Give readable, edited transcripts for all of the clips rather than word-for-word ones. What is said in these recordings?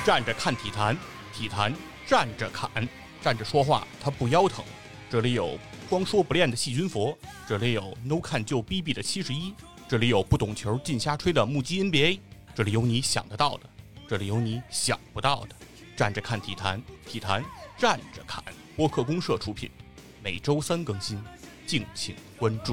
站着看体坛，体坛站着侃，站着说话他不腰疼。这里有光说不练的细菌佛，这里有 no 看就逼逼的71，这里有不懂球尽瞎吹的目击 NBA， 这里有你想得到的，这里有你想不到的。站着看体坛，体坛站着侃。播客公社出品，每周3更新，敬请关注。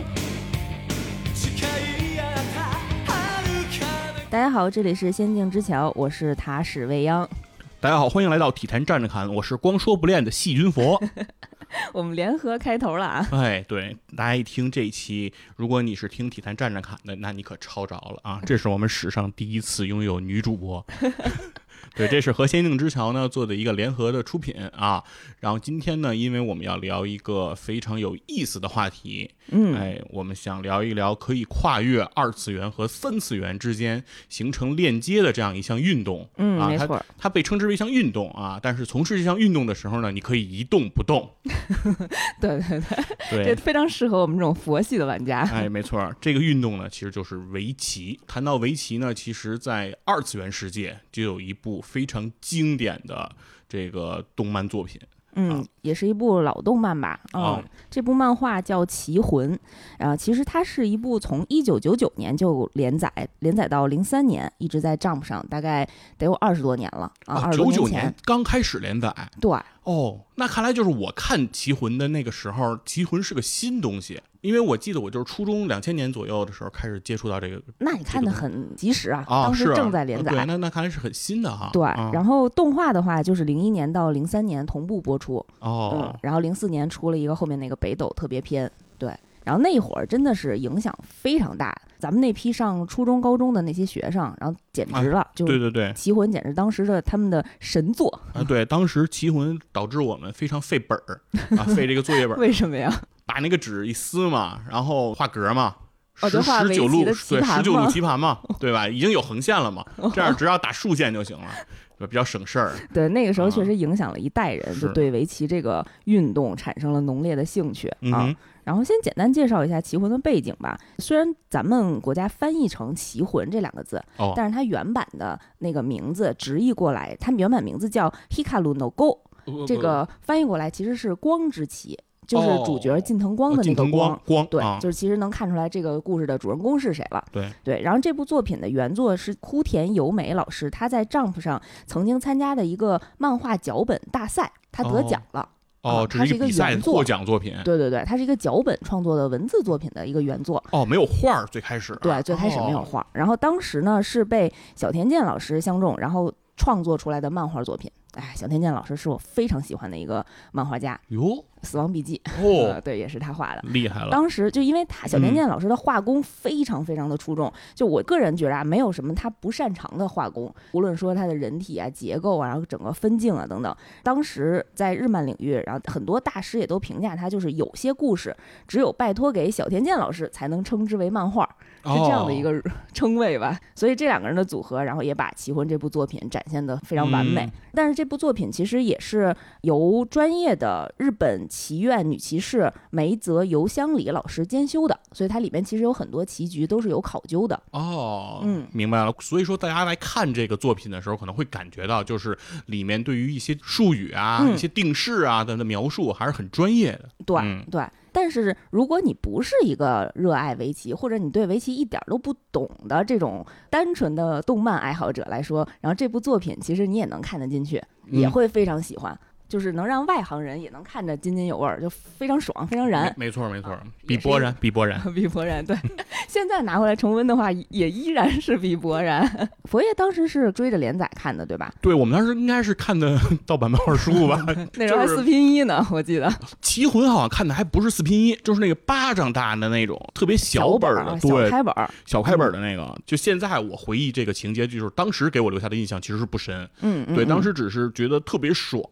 大家好，这里是仙境之桥，我是塔史未央。 大家好，欢迎来到体坛站着侃，我是光说不练的细菌佛。 我们联合开头了啊！ 哎，对，大家一听这一期，如果你是听体坛站着侃的，那你可抄着了啊！这是我们史上第一次拥有女主播。对，这是和仙境之桥呢做的一个联合的出品啊。然后今天呢，因为我们要聊一个非常有意思的话题，我们想聊一聊可以跨越2次元和3次元之间形成链接的这样一项运动。 没错， 它被称之为一项运动啊。但是从事这项运动的时候呢，你可以一动不动。 对，这非常适合我们这种佛系的玩家。 哎，没错，这个运动呢其实就是围棋。谈到围棋呢，其实在2次元世界就有一部非常经典的这个动漫作品。 也是一部老动漫吧。这部漫画叫《棋魂》，其实它是一部从1999年就连载到03年，一直在 Jump 上，大概得有20多年了啊。 99年刚开始连载。 对。 那看来就是我看《棋魂》的那个时候，《棋魂》是个新东西，因为我记得我就是初中2000年左右的时候开始接触到这个。 那你看得很及时啊，当时正在连载。 对，那看来是很新的哈。 对，然后动画的话就是01年到03年同步播出。然后04年出了一个后面那个北斗特别篇。对，然后那会儿真的是影响非常大，咱们那批上初中高中的那些学生，然后简直了，就对， 棋魂简直当时的他们的神作啊。对，当时棋魂导致我们非常费本儿啊，费这个作业本。 为什么呀？ 把那个纸一撕嘛，然后画格嘛。 19 路棋盘嘛，对吧？已经有横线了嘛，这样只要打竖线就行了，比较省事儿。 对，那个时候确实影响了一代人，就对围棋这个运动产生了浓烈的兴趣啊。然后先简单介绍一下棋魂的背景吧。虽然咱们国家翻译成棋魂这2个字，但是它原版的那个名字直译过来，它原版名字叫 Hikaru no Go， 这个翻译过来其实是光之棋。就是主角近藤光的那个光，对，就是其实能看出来这个故事的主人公是谁了。对，然后这部作品的原作是枯田由美老师，他在 Jump 上曾经参加的一个漫画脚本大赛，他得奖了。 这是一个比赛获奖作品。 对，它是一个脚本创作的文字作品的一个原作。 没有画最开始。 对，最开始没有画。然后当时呢是被小田健老师相中，然后创作出来的漫画作品。小田健老师是我非常喜欢的一个漫画家。死亡笔记对，也是他画的， 厉害了。 当时就因为小田健老师的画工非常非常的出众，就我个人觉得没有什么他不擅长的画工，无论说他的人体啊、结构啊，然后整个分镜啊等等。当时在日漫领域，然后很多大师也都评价他，就是有些故事只有拜托给小田健老师才能称之为漫画，是这样的一个称谓吧。所以这2个人的组合，然后也把《棋魂》这部作品展现得非常完美。但是这部作品其实也是由专业的日本棋院女棋士梅泽由香里老师监修的，所以它里面其实有很多棋局都是有考究的。 明白了。所以说大家来看这个作品的时候，可能会感觉到就是里面对于一些术语啊、一些定式啊的描述还是很专业的。 对。但是如果你不是一个热爱围棋，或者你对围棋一点都不懂的这种单纯的动漫爱好者来说，然后这部作品其实你也能看得进去，也会非常喜欢。就是能让外行人也能看着津津有味，就非常爽，非常燃。 没错，比波然，比波然。 对，现在拿回来重温的话，也依然是比波然。佛爷当时是追着连载看的，对吧？ 对，我们当时应该是看的盗版漫画书吧。 那时候还4拼1呢，我记得。 棋魂好像看的还不是4拼1，就是那个巴掌大的那种，特别小本的，对，小开本的那个。就现在我回忆这个情节，就是当时给我留下的印象其实是不深。对，当时只是觉得特别爽，开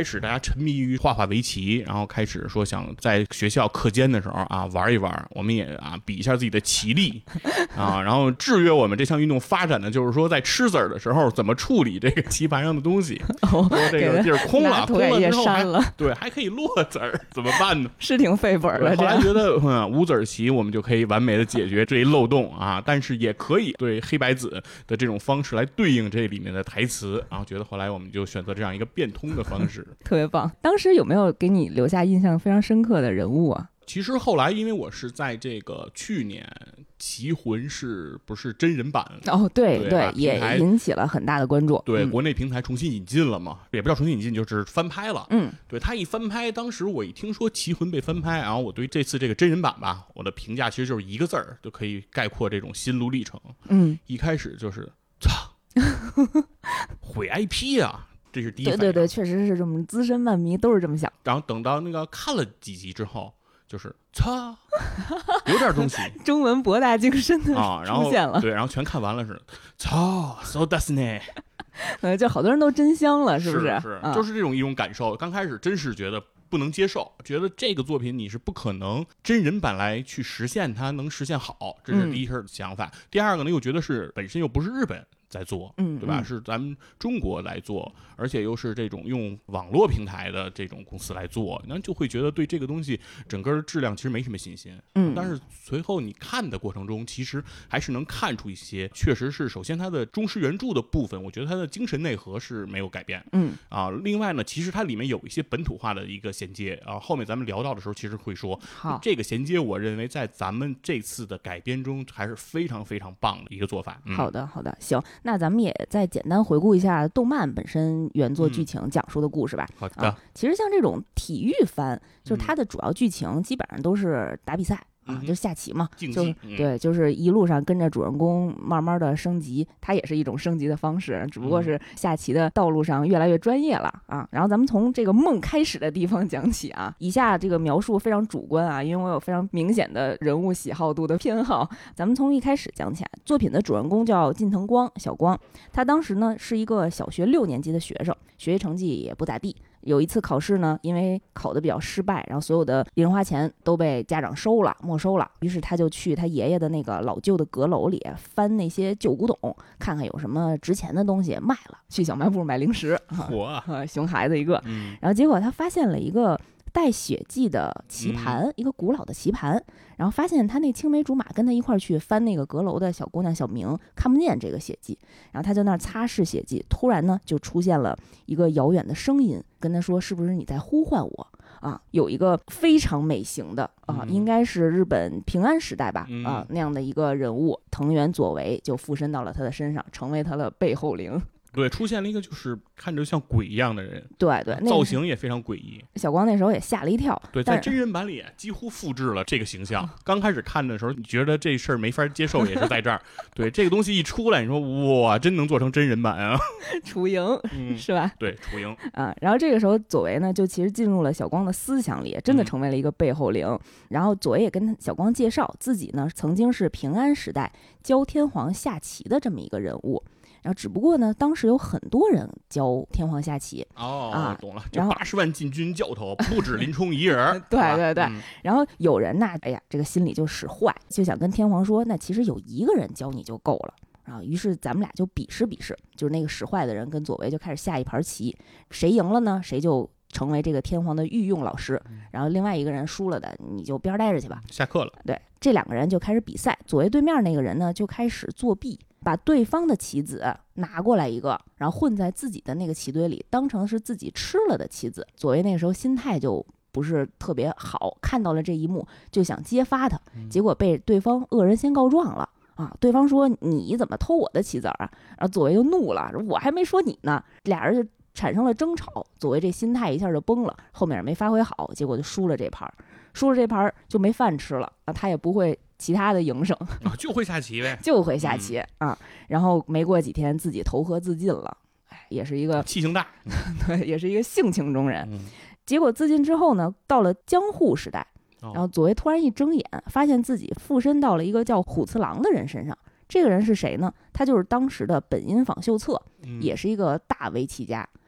始大家沉迷于画围棋，然后开始说想在学校课间的时候啊玩一玩，我们也比一下自己的棋力啊，然后制约我们这项运动发展的就是说在吃子儿的时候怎么处理这个棋盘上的东西，说这个地儿空了之后还可以落子儿，怎么办呢？ 是挺费本的。 后来觉得五子棋我们就可以完美的解决这一漏洞啊，但是也可以对黑白子的这种方式来对应这里面的台词，然后觉得后来我们就选择这样一个变通的方式。 特别棒。当时有没有给你留下印象非常深刻的人物啊？ 其实后来因为我是在这个去年棋魂是不是真人版对，也引起了很大的关注。 对，国内平台重新引进了嘛，也不叫重新引进，就是翻拍了。对，他一翻拍，当时我一听说棋魂被翻拍，然后我对这次这个真人版吧，我的评价其实就是一个字儿就可以概括这种心路历程。一开始就是操毁 IP 啊，这是第一反应。 对，确实是这么，资深漫迷都是这么想。 然后等到那个看了几集之后，就是操，有点东西， 中文博大精深的出现了。 对，然后全看完了是操 ，so does ne。 就好多人都真香了，是不是？ 是，就是这种一种感受。刚开始真是觉得不能接受，觉得这个作品你是不可能真人版来去实现它能实现好，这是第一个想法。第二个呢，又觉得是本身又不是日本在做，对吧？是咱们中国来做，而且又是这种用网络平台的这种公司来做，那就会觉得对这个东西整个质量其实没什么信心。但是随后你看的过程中，其实还是能看出一些，确实是首先它的忠实原著的部分，我觉得它的精神内核是没有改变。另外呢，其实它里面有一些本土化的一个衔接啊，后面咱们聊到的时候，其实会说这个衔接，我认为在咱们这次的改编中还是非常非常棒的一个做法。 好的，行。那咱们也再简单回顾一下动漫本身原作剧情讲述的故事吧。 好的。 其实像这种体育番，就是它的主要剧情基本上都是打比赛。就是下棋嘛，对，就是一路上跟着主人公慢慢的升级，它也是一种升级的方式，只不过是下棋的道路上越来越专业了啊。然后咱们从这个梦开始的地方讲起啊，以下这个描述非常主观啊，因为我有非常明显的人物喜好度的偏好。咱们从一开始讲起来，作品的主人公叫近藤光，小光，他当时呢是一个小学6年级的学生，学习成绩也不咋地。有一次考试呢，因为考得比较失败，然后所有的零花钱都被家长没收了，于是他就去他爷爷的那个老旧的阁楼里翻那些旧古董，看看有什么值钱的东西卖了，去小卖部买零食。熊孩子一个。然后结果他发现了一个带血迹的棋盘，一个古老的棋盘，然后发现他那青梅竹马跟他一块去翻那个阁楼的小姑娘小明看不见这个血迹，然后他在那儿擦拭血迹，突然呢就出现了一个遥远的声音跟他说，是不是你在呼唤我啊？有一个非常美型的应该是日本平安时代吧那样的一个人物藤原佐为就附身到了他的身上，成为他的背后灵。 对，出现了一个就是看着像鬼一样的人， 对， 造型也非常诡异。 小光那时候也吓了一跳。 对，在真人版里几乎复制了这个形象。刚开始看的时候，你觉得这事儿没法接受，也是在这儿。对，这个东西一出来，你说哇，真能做成真人版啊！ 雏鹰，是吧？ 对，雏鹰啊。然后这个时候，佐为呢，就其实进入了小光的思想里，真的成为了一个背后灵。然后佐为也跟小光介绍自己呢，曾经是平安时代教天皇下棋的这么一个人物。然后只不过呢，当时有很多人教天皇下棋。 懂了，就80万禁军教头不止林冲一人。 对。然后有人呢，这个心里就使坏，就想跟天皇说，那其实有一个人教你就够了啊。于是咱们俩就比试，就是那个使坏的人跟佐为就开始下一盘棋，谁赢了呢，谁就成为这个天皇的御用老师，然后另外一个人输了的，你就边待着去吧， 下课了。 对，这2个人就开始比赛，佐为对面那个人呢就开始作弊，把对方的棋子拿过来一个，然后混在自己的那个棋堆里，当成是自己吃了的棋子。佐为那个时候心态就不是特别好，看到了这一幕就想揭发他，结果被对方恶人先告状了啊！对方说你怎么偷我的棋子啊？然后佐为就怒了，我还没说你呢，俩人就产生了争吵，佐为这心态一下就崩了，后面没发挥好，结果就输了这盘就没饭吃了啊！他也不会其他的营生就会下棋呗， 啊！然后没过几天自己投河自尽了，也是一个气性大， 对，也是一个性情中人。结果自尽之后呢，到了江户时代，然后佐为突然一睁眼，发现自己附身到了一个叫虎次郎的人身上。这个人是谁呢？他就是当时的本因坊秀策，也是一个大围棋家。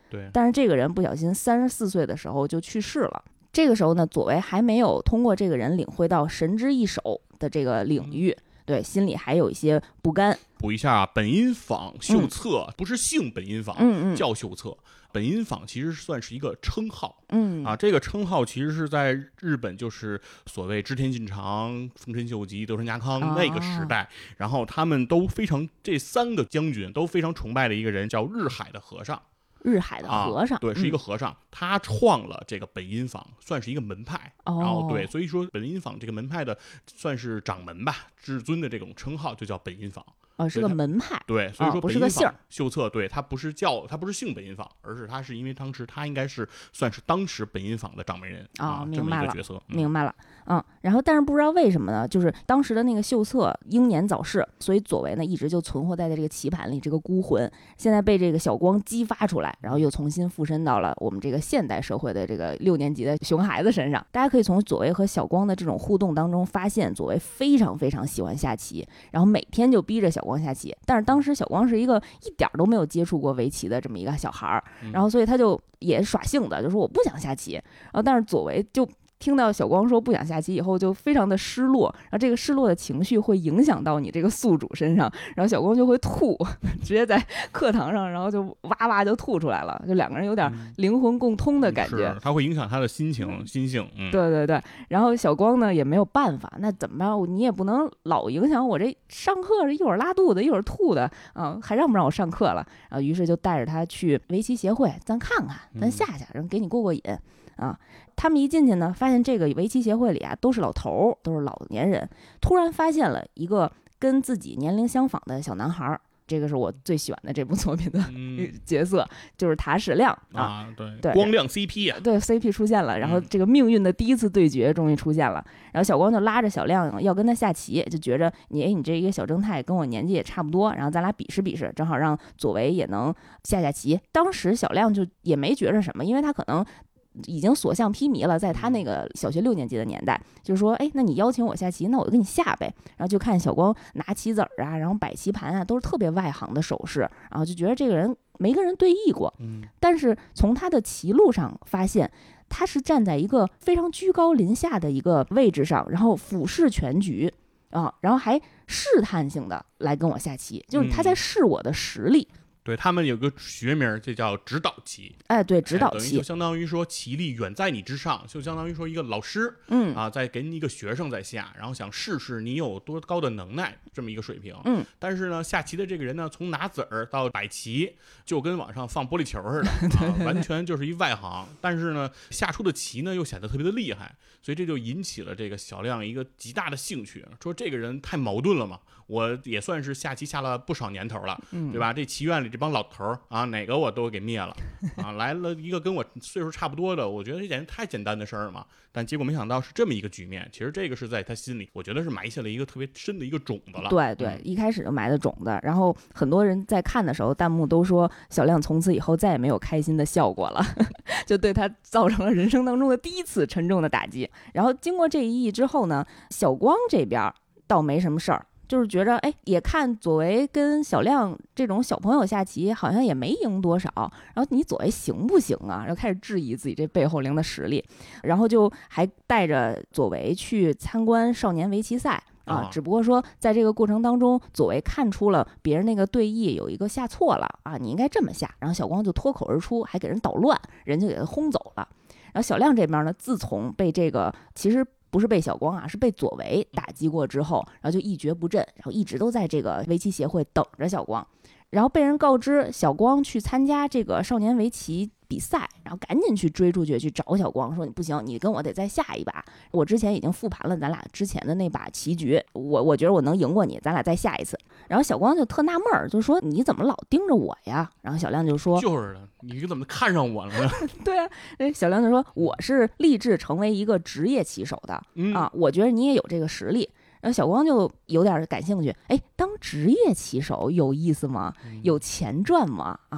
对， 但是这个人不小心34岁的时候就去世了。这个时候呢，左为还没有通过这个人领会到神之一手的这个领域，对，心里还有一些不甘。 补一下，本因坊秀策不是姓本因坊，叫秀策。本因坊其实算是一个称号，这个称号其实是在日本就是所谓织田信长、丰臣秀吉、德川家康那个时代，然后他们都非常，这3个将军都非常崇拜的一个人叫日海的和尚。 日海的和尚， 对，是一个和尚，他创了这个本因坊，算是一个门派。然后对，所以说本因坊这个门派的算是掌门吧，至尊的这种称号就叫本因坊。 是个门派， 对，所以说不是个姓。 秀策，对，他不是姓本因坊，而是他是因为当时他应该是算是当时本因坊的掌门人这么一个角色。 明白了，然后但是不知道为什么呢，就是当时的那个秀策英年早逝，所以左为呢一直就存活在这个棋盘里，这个孤魂现在被这个小光激发出来，然后又重新附身到了我们这个现代社会的这个6年级的熊孩子身上。大家可以从左为和小光的这种互动当中发现，左为非常非常喜欢下棋，然后每天就逼着小光下棋。但是当时小光是一个一点都没有接触过围棋的这么一个小孩，然后所以他就也耍性子，就说我不想下棋。然后但是左为就听到小光说不想下棋以后，就非常的失落，然后这个失落的情绪会影响到你这个宿主身上，然后小光就会吐，直接在课堂上，然后就哇哇就吐出来了，就两个人有点灵魂共通的感觉。 它会影响他的心情、心性。 对对对。然后小光呢也没有办法，那怎么办？你也不能老影响我这上课，这一会儿拉肚子，一会儿吐的还让不让我上课了？然后于是就带着他去围棋协会，咱看看，咱下下，然后给你过过瘾。他们一进去呢，发现这个围棋协会里都是老头，都是老年人。突然发现了一个跟自己年龄相仿的小男孩，这个是我最喜欢的这部作品的角色，就是塔矢亮对， 光亮 CP 对 CP 出现了，然后这个命运的第一次对决终于出现了。然后小光就拉着小亮要跟他下棋，就觉着你这一个小正太跟我年纪也差不多，然后咱俩比试比试，正好让左为也能下下棋。当时小亮就也没觉着什么，因为他可能已经所向披靡了，在他那个小学6年级的年代，就是说，那你邀请我下棋，那我就跟你下呗。然后就看小光拿棋子啊，然后摆棋盘啊，都是特别外行的手势，然后就觉得这个人没跟人对弈过。但是从他的棋路上发现，他是站在一个非常居高临下的一个位置上，然后俯视全局然后还试探性的来跟我下棋，就是他在试我的实力。 对，他们有个学名，这叫指导棋。 对，指导棋就相当于说棋力远在你之上，就相当于说一个老师，在给你一个学生在下，然后想试试你有多高的能耐，这么一个水平。但是呢，下棋的这个人呢，从拿子儿到摆棋，就跟网上放玻璃球似的，完全就是一外行。但是呢，下出的棋呢又显得特别的厉害，所以这就引起了这个小亮一个极大的兴趣，说这个人太矛盾了嘛。我也算是下棋下了不少年头了，对吧？这棋院里这帮老头哪个我都给灭了来了一个跟我岁数差不多的，我觉得这简直太简单的事儿了嘛。但结果没想到是这么一个局面，其实这个是在他心里，我觉得是埋下了一个特别深的一个种子了。 对对，一开始就埋的种子。然后很多人在看的时候，弹幕都说小亮从此以后再也没有开心的笑过了，就对他造成了人生当中的第一次沉重的打击。然后经过这一役之后呢，小光这边倒没什么事儿。就是觉着也看左为跟小亮这种小朋友下棋好像也没赢多少，然后你左为行不行啊？然后开始质疑自己这背后灵的实力，然后就还带着左为去参观少年围棋赛只不过说在这个过程当中，左为看出了别人那个对弈有一个下错了你应该这么下，然后小光就脱口而出，还给人捣乱，人就给他轰走了。然后小亮这边呢，自从被这个其实不是被小光是被左为打击过之后，然后就一蹶不振，然后一直都在这个围棋协会等着小光。然后被人告知小光去参加这个少年围棋比赛，然后赶紧去追出去找小光，说你不行，你跟我得再下一把，我之前已经复盘了咱俩之前的那把棋局，我觉得我能赢过你，咱俩再下一次。然后小光就特纳闷儿，就说你怎么老盯着我呀？然后小亮就说就是的，你怎么看上我了呢？ 对啊，小亮就说我是立志成为一个职业棋手的我觉得你也有这个实力。然后小光就有点感兴趣，当职业棋手有意思吗？有钱赚吗？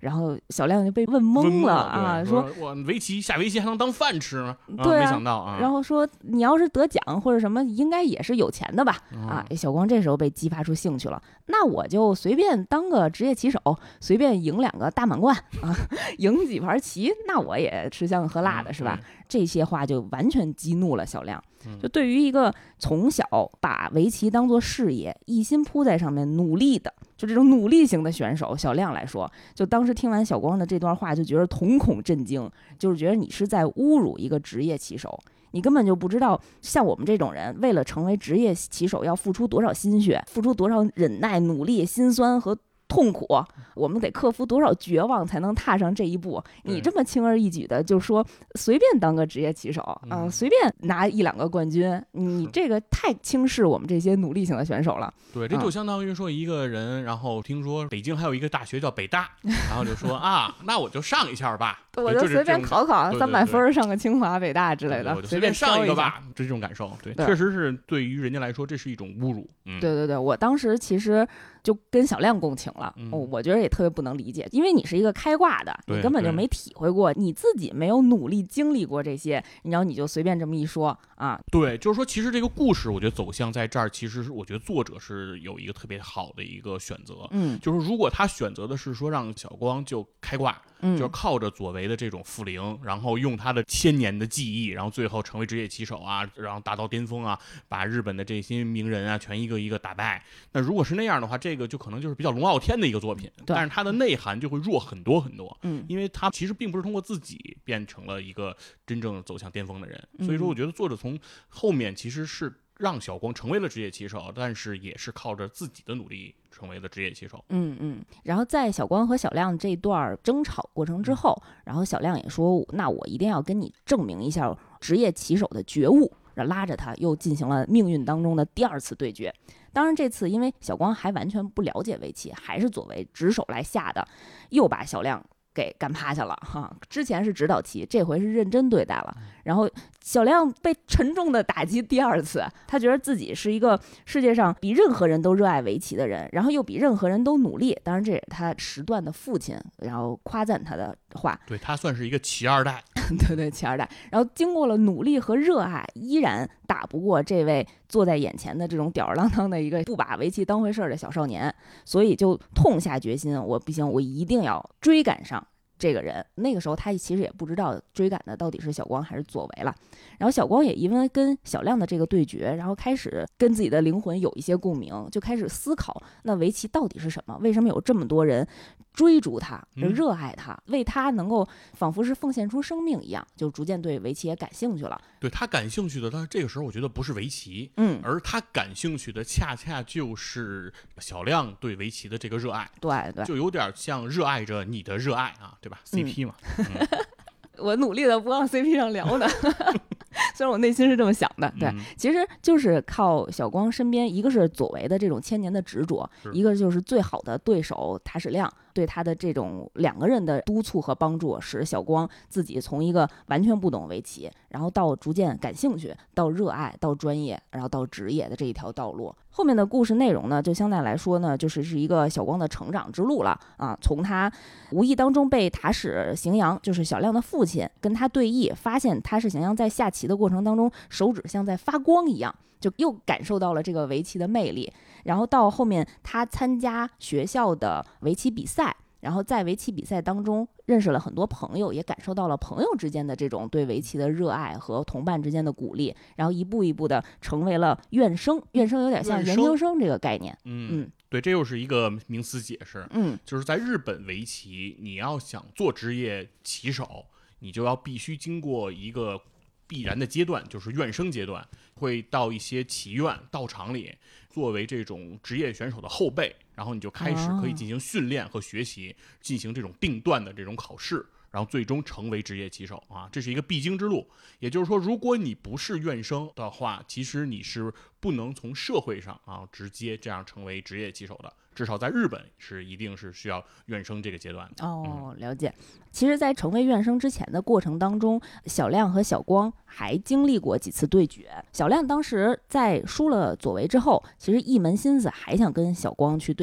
然后小亮就被问懵了啊， 说我下围棋还能当饭吃吗？ 对没想到啊。 然后说你要是得奖或者什么，应该也是有钱的吧？啊，小光这时候被激发出兴趣了，那我就随便当个职业棋手，随便赢2个大满贯啊，赢几盘棋，那我也吃香喝辣的是吧？这些话就完全激怒了小亮。就对于一个从小把围棋当作事业，一心扑在上面努力的，就这种努力型的选手小亮来说，就当时听完小光的这段话就觉得瞳孔震惊，就是觉得你是在侮辱一个职业棋手，你根本就不知道像我们这种人为了成为职业棋手要付出多少心血，付出多少忍耐、努力、心酸和痛苦，我们得克服多少绝望才能踏上这一步。你这么轻而易举的就说随便当个职业棋手啊，随便拿1-2个冠军，你这个太轻视我们这些努力型的选手了。 对，这就相当于说一个人，然后听说北京还有一个大学叫北大，然后就说啊，那我就上一下吧， 我就随便考300分上个清华北大之类的， 我就随便上一个吧，这种感受。对，确实是对于人家来说这是一种侮辱。 对，我当时其实就跟小亮共情了，我觉得也特别不能理解，因为你是一个开挂的，你根本就没体会过，你自己没有努力经历过这些，然后你就随便这么一说啊。 对，就是说其实这个故事我觉得走向在这儿，其实我觉得作者是有一个特别好的一个选择，就是如果他选择的是说让小光就开挂，就是靠着左为的这种复灵，然后用他的1000年的技艺，然后最后成为职业棋手啊，然后达到巅峰啊，把日本的这些名人啊全一个一个打败。那如果是那样的话，这个就可能就是比较龙傲天的一个作品，但是它的内涵就会弱很多很多。因为他其实并不是通过自己变成了一个真正走向巅峰的人，所以说我觉得作者从后面其实是让小光成为了职业棋手，但是也是靠着自己的努力成为了职业棋手。 然后在小光和小亮这段争吵过程之后，然后小亮也说，那我一定要跟你证明一下职业棋手的觉悟，然后拉着他又进行了命运当中的第2次对决。当然这次因为小光还完全不了解围棋，还是左为指手来下的，又把小亮给干趴下了哈。之前是指导棋，这回是认真对待了。然后小亮被沉重的打击第2次，他觉得自己是一个世界上比任何人都热爱围棋的人，然后又比任何人都努力。当然这也是他时段的父亲然后夸赞他的话， 对，他算是一个棋2代。 对，棋2代。然后经过了努力和热爱，依然打不过这位坐在眼前的这种吊儿郎当的一个不把围棋当回事的小少年，所以就痛下决心，我不行，我一定要追赶上这个人。那个时候他其实也不知道追赶的到底是小光还是左为了。然后小光也因为跟小亮的这个对决，然后开始跟自己的灵魂有一些共鸣，就开始思考那围棋到底是什么，为什么有这么多人追逐他，热爱他，为他能够仿佛是奉献出生命一样，就逐渐对围棋也感兴趣了。 对，他感兴趣的，他这个时候我觉得不是围棋，而他感兴趣的恰恰就是小亮对围棋的这个热爱。 对， 就有点像热爱着你的热爱啊，对吧？CP 嘛。 我努力的不往 CP 上聊的虽然我内心是这么想的。对，其实就是靠小光身边，一个是左为的这种1000年的执着，一个就是最好的对手塔矢亮对他的这种2个人的督促和帮助，使小光自己从一个完全不懂围棋，然后到逐渐感兴趣，到热爱，到专业，然后到职业的这一条道路。后面的故事内容呢，就相对来说呢，就是一个小光的成长之路了啊。从他无意当中被塔矢行阳，就是小亮的父亲，跟他对弈，发现塔矢行阳在下棋的过程当中，手指像在发光一样，就又感受到了这个围棋的魅力。然后到后面他参加学校的围棋比赛，然后在围棋比赛当中认识了很多朋友，也感受到了朋友之间的这种对围棋的热爱和同伴之间的鼓励，然后一步一步的成为了院生。院生有点像研究生这个概念。 对，这又是一个名词解释。就是在日本围棋，你要想做职业棋手，你就要必须经过一个必然的阶段，就是院生阶段，会到一些棋院道场里作为这种职业选手的后辈，然后你就开始可以进行训练和学习，进行这种定段的这种考试，然后最终成为职业棋手啊，这是一个必经之路。也就是说，如果你不是院生的话，其实你是不能从社会上啊直接这样成为职业棋手的，至少在日本是一定是需要院生这个阶段的。 了解。其实在成为院生之前的过程当中，小亮和小光还经历过几次对决。小亮当时在输了左为之后，其实一门心思还想跟小光去对战，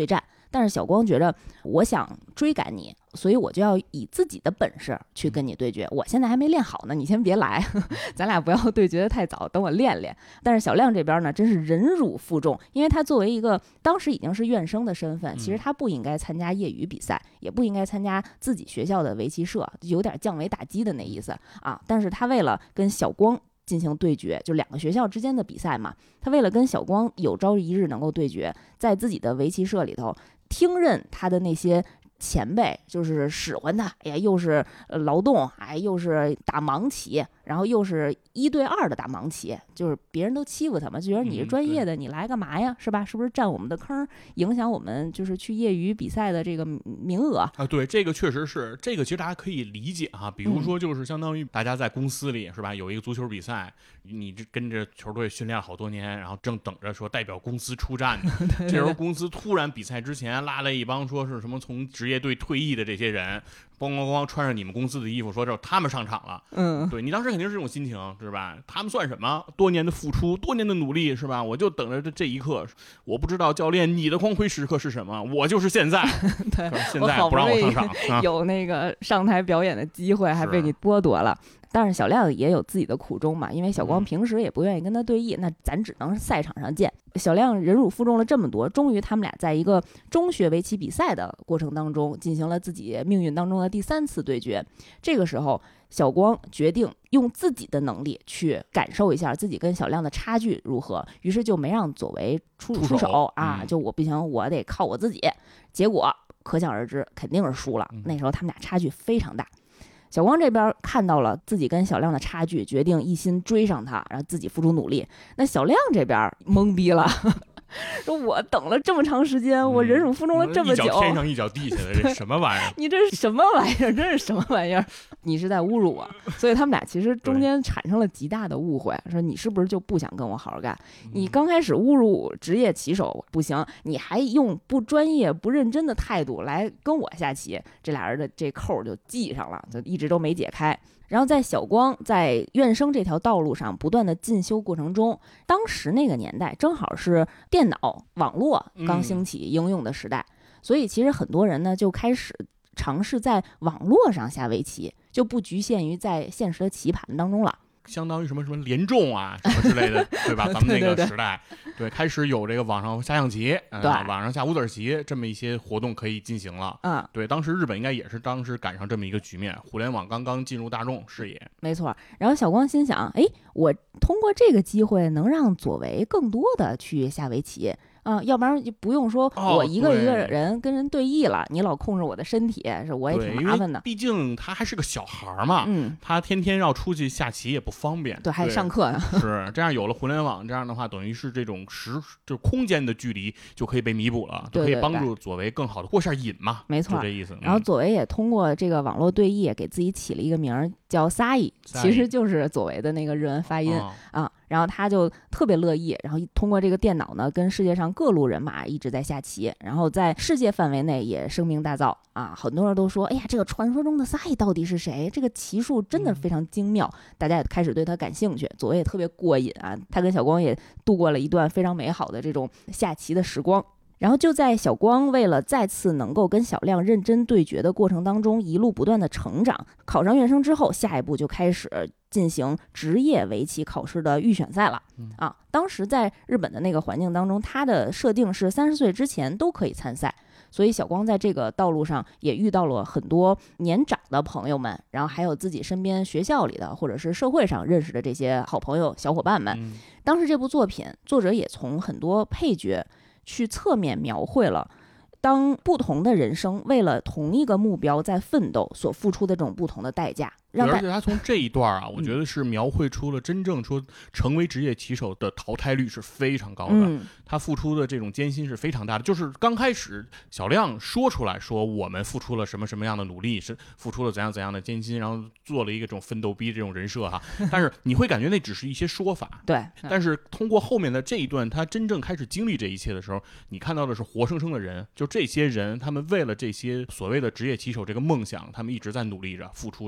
但是小光觉着我想追赶你，所以我就要以自己的本事去跟你对决，我现在还没练好呢，你先别来咱俩不要对决的太早，等我练练。但是小亮这边呢真是忍辱负重，因为他作为一个当时已经是院生的身份，其实他不应该参加业余比赛，也不应该参加自己学校的围棋社，有点降维打击的那意思啊。但是他为了跟小光进行对决，就两个学校之间的比赛嘛，他为了跟小光有朝一日能够对决，在自己的围棋社里头听任他的那些前辈就是使唤他，哎呀，又是劳动，哎，又是打盲棋，然后又是1对2的打盲棋，就是别人都欺负他们，就觉得你是专业的，你来干嘛呀？是吧？是不是占我们的坑，影响我们就是去业余比赛的这个名额啊？ 对，这个确实是，这个其实大家可以理解哈。比如说，就是相当于大家在公司里是吧，有一个足球比赛，你跟着球队训练好多年，然后正等着说代表公司出战呢。这时候公司突然比赛之前拉来一帮说是什么从职业队退役的这些人，咣咣咣穿上你们公司的衣服，说这他们上场了。对，你当时肯定是这种心情，是吧？他们算什么？多年的付出，多年的努力，是吧？我就等着这一刻。我不知道教练你的光辉时刻是什么，我就是现在。 对， 现在不让我上场， 有那个上台表演的机会，还被你剥夺了。但是小亮也有自己的苦衷嘛，因为小光平时也不愿意跟他对弈，那咱只能是赛场上见。小亮忍辱负重了这么多，终于他们俩在一个中学围棋比赛的过程当中，进行了自己命运当中的第3次对决。这个时候，小光决定用自己的能力去感受一下自己跟小亮的差距如何，于是就没让左为出手啊，就我不行，我得靠我自己。结果可想而知，肯定是输了。那时候他们俩差距非常大。小光这边看到了自己跟小亮的差距，决定一心追上他，然后自己付出努力。那小亮这边懵逼了，说我等了这么长时间，我忍辱负重了这么久， 一脚天上一脚地下的，这什么玩意儿？ 你这是什么玩意儿？这是什么玩意儿？你是在侮辱我。所以他们俩其实中间产生了极大的误会，说你是不是就不想跟我好好干？你刚开始侮辱职业棋手不行，你还用不专业不认真的态度来跟我下棋，这俩人的这扣就系上了，就一直都没解开。然后在小光在院生这条道路上不断的进修过程中，当时那个年代正好是电脑网络刚兴起应用的时代，所以其实很多人呢就开始尝试在网络上下围棋，就不局限于在现实的棋盘当中了。 相当于什么联众啊什么之类的，对吧？咱们那个时代，对，开始有这个网上下象棋，网上下五子棋这么一些活动可以进行了。对，当时日本应该也是当时赶上这么一个局面，互联网刚刚进入大众视野。 没错。然后小光心想，哎，我通过这个机会能让左为更多的去下围棋。要不然就不用说我一个人跟人对弈了，你老控制我的身体，是我也挺麻烦的。 毕竟他还是个小孩嘛，他天天要出去下棋也不方便， 对，还得上课呢。 是这样，有了互联网，这样的话，等于是这种就是空间的距离就可以被弥补了，就可以帮助左为更好的过下瘾嘛。 没错， 就这意思。 然后左为也通过这个网络对弈，给自己起了一个名儿叫Sai，其实就是左为的那个日文发音啊。然后他就特别乐意，然后通过这个电脑呢，跟世界上各路人马一直在下棋，然后在世界范围内也声名大噪啊！很多人都说，哎呀，这个传说中的Sai到底是谁？这个棋术真的非常精妙，大家也开始对他感兴趣。左为也特别过瘾啊，他跟小光也度过了一段非常美好的这种下棋的时光。然后就在小光为了再次能够跟小亮认真对决的过程当中，一路不断的成长。考上院生之后，下一步就开始进行职业围棋考试的预选赛了。当时在日本的那个环境当中，他的设定是30岁之前都可以参赛。所以小光在这个道路上也遇到了很多年长的朋友们，然后还有自己身边学校里的或者是社会上认识的这些好朋友小伙伴们。当时这部作品作者也从很多配角去侧面描绘了当不同的人生为了同一个目标在奋斗所付出的这种不同的代价。 而且他从这一段啊，我觉得是描绘出了真正说成为职业棋手的淘汰率是非常高的。他付出的这种艰辛是非常大的。就是刚开始小亮说出来说我们付出了什么什么样的努力，是付出了怎样怎样的艰辛，然后做了一个这种奋斗逼这种人设哈。但是你会感觉那只是一些说法， 对。 但是通过后面的这一段，他真正开始经历这一切的时候，你看到的是活生生的人，就这些人，他们为了这些所谓的职业棋手这个梦想，他们一直在努力着、付出着。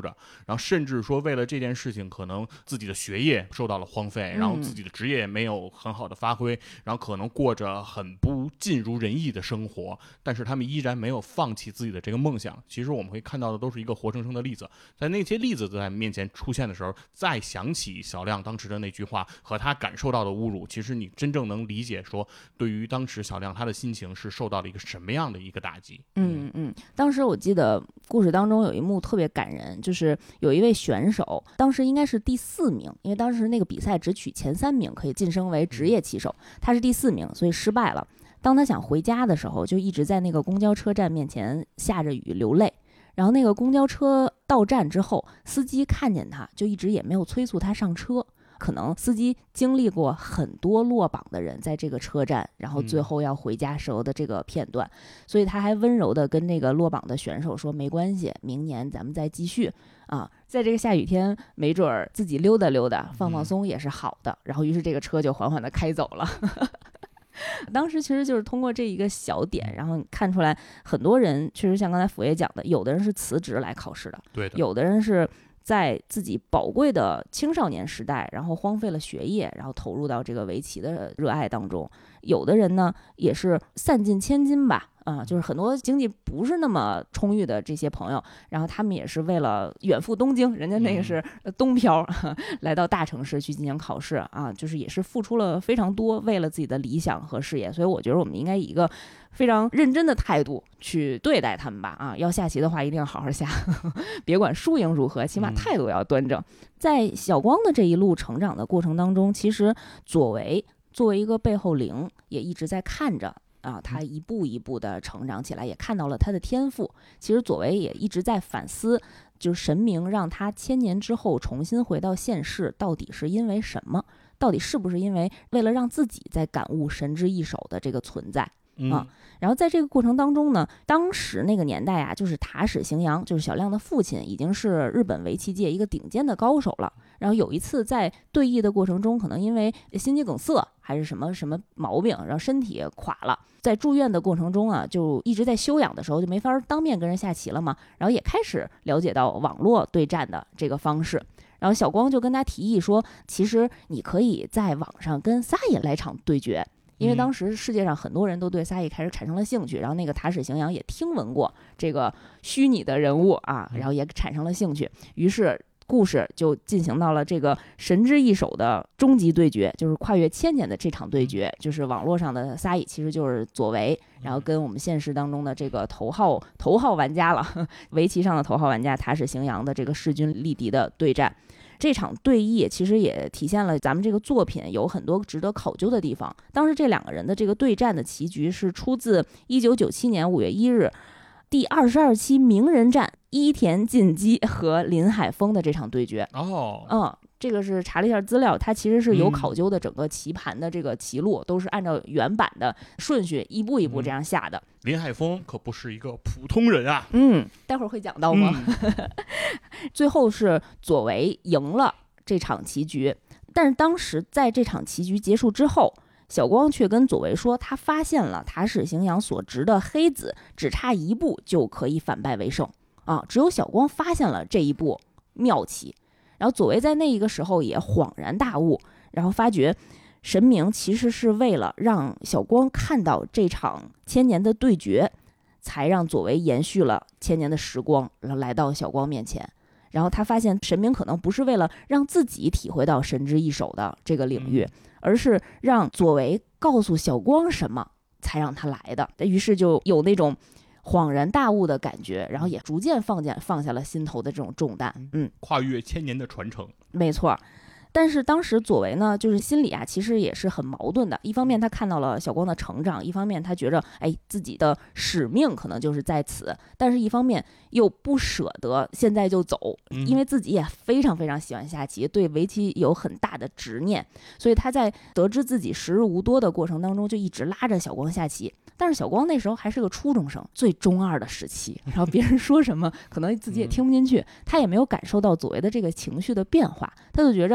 然后甚至说为了这件事情，可能自己的学业受到了荒废，然后自己的职业没有很好的发挥，然后可能过着很不尽如人意的生活，但是他们依然没有放弃自己的这个梦想。其实我们会看到的都是一个活生生的例子，在那些例子在面前出现的时候，再想起小亮当时的那句话和他感受到的侮辱，其实你真正能理解说对于当时小亮他的心情是受到了一个什么样的一个打击。 当时我记得故事当中有一幕特别感人，就是有一位选手当时应该是第4名，因为当时那个比赛只取前3名可以晋升为职业骑手，他是第4名，所以失败了。当他想回家的时候，就一直在那个公交车站面前下着雨流泪。然后那个公交车到站之后，司机看见他就一直也没有催促他上车，可能司机经历过很多落榜的人在这个车站，然后最后要回家时候的这个片段，所以他还温柔的跟那个落榜的选手说，没关系，明年咱们再继续啊，在这个下雨天没准儿自己溜达溜达放放松也是好的。然后于是这个车就缓缓的开走了。当时其实就是通过这一个小点，然后看出来很多人确实像刚才辅爷讲的，有的人是辞职来考试的， 对的， 有的人是在自己宝贵的青少年时代，然后荒废了学业，然后投入到这个围棋的热爱当中。有的人呢也是散尽千金吧，就是很多经济不是那么充裕的这些朋友，然后他们也是为了远赴东京，人家那个是东漂，来到大城市去进行考试啊，就是也是付出了非常多，为了自己的理想和事业。所以我觉得我们应该以一个非常认真的态度去对待他们吧，啊，要下棋的话一定要好好下，别管输赢如何，起码态度要端正。在小光的这一路成长的过程当中，其实左为作为一个背后灵，也一直在看着啊，他一步一步的成长起来，也看到了他的天赋。其实左为也一直在反思，就是神明让他1000年之后重新回到现世，到底是因为什么？到底是不是因为为了让自己在感悟神之一手的这个存在啊？然后在这个过程当中呢，当时那个年代啊，就是塔矢行洋，就是小亮的父亲，已经是日本围棋界一个顶尖的高手了。然后有一次在对弈的过程中，可能因为心肌梗塞还是什么毛病，然后身体垮了。在住院的过程中啊，就一直在休养的时候，就没法当面跟人下棋了嘛。然后也开始了解到网络对战的这个方式。然后小光就跟他提议说，其实你可以在网上跟撒野来场对决。因为当时世界上很多人都对撒野开始产生了兴趣，然后那个塔矢行洋也听闻过这个虚拟的人物啊，然后也产生了兴趣，于是故事就进行到了这个神之一手的终极对决，就是跨越1000年的这场对决，就是网络上的撒野其实就是左为，然后跟我们现实当中的这个头号玩家了，围棋上的头号玩家塔矢行洋的这个势均力敌的对战。这场对弈其实也体现了咱们这个作品有很多值得考究的地方。当时这2个人的这个对战的棋局是出自1997年5月1日第22期名人战伊田进基和林海峰的这场对决。这个是查了一下资料，它其实是有考究的，整个棋盘的这个棋路都是按照原版的顺序一步一步这样下的。 林海峰可不是一个普通人啊。 待会儿会讲到吗？最后是左为赢了这场棋局，但是当时在这场棋局结束之后，小光却跟左为说，他发现了塔矢行洋所执的黑子只差1步就可以反败为胜啊！只有小光发现了这一步妙棋。然后左为在那一个时候也恍然大悟，然后发觉神明其实是为了让小光看到这场1000年的对决，才让左为延续了1000年的时光，然后来到小光面前。然后他发现神明可能不是为了让自己体会到神之一手的这个领域，而是让左为告诉小光什么才让他来的。于是就有那种恍然大悟的感觉，然后也逐渐放下了心头的这种重担。 跨越1000年的传承， 没错。但是当时左为呢，就是心里啊，其实也是很矛盾的。一方面他看到了小光的成长，一方面他觉着，自己的使命可能就是在此，但是一方面又不舍得现在就走，因为自己也非常非常喜欢下棋，对围棋有很大的执念，所以他在得知自己时日无多的过程当中，就一直拉着小光下棋。但是小光那时候还是个初中生，最中二的时期，然后别人说什么可能自己也听不进去，他也没有感受到左为的这个情绪的变化，他就觉着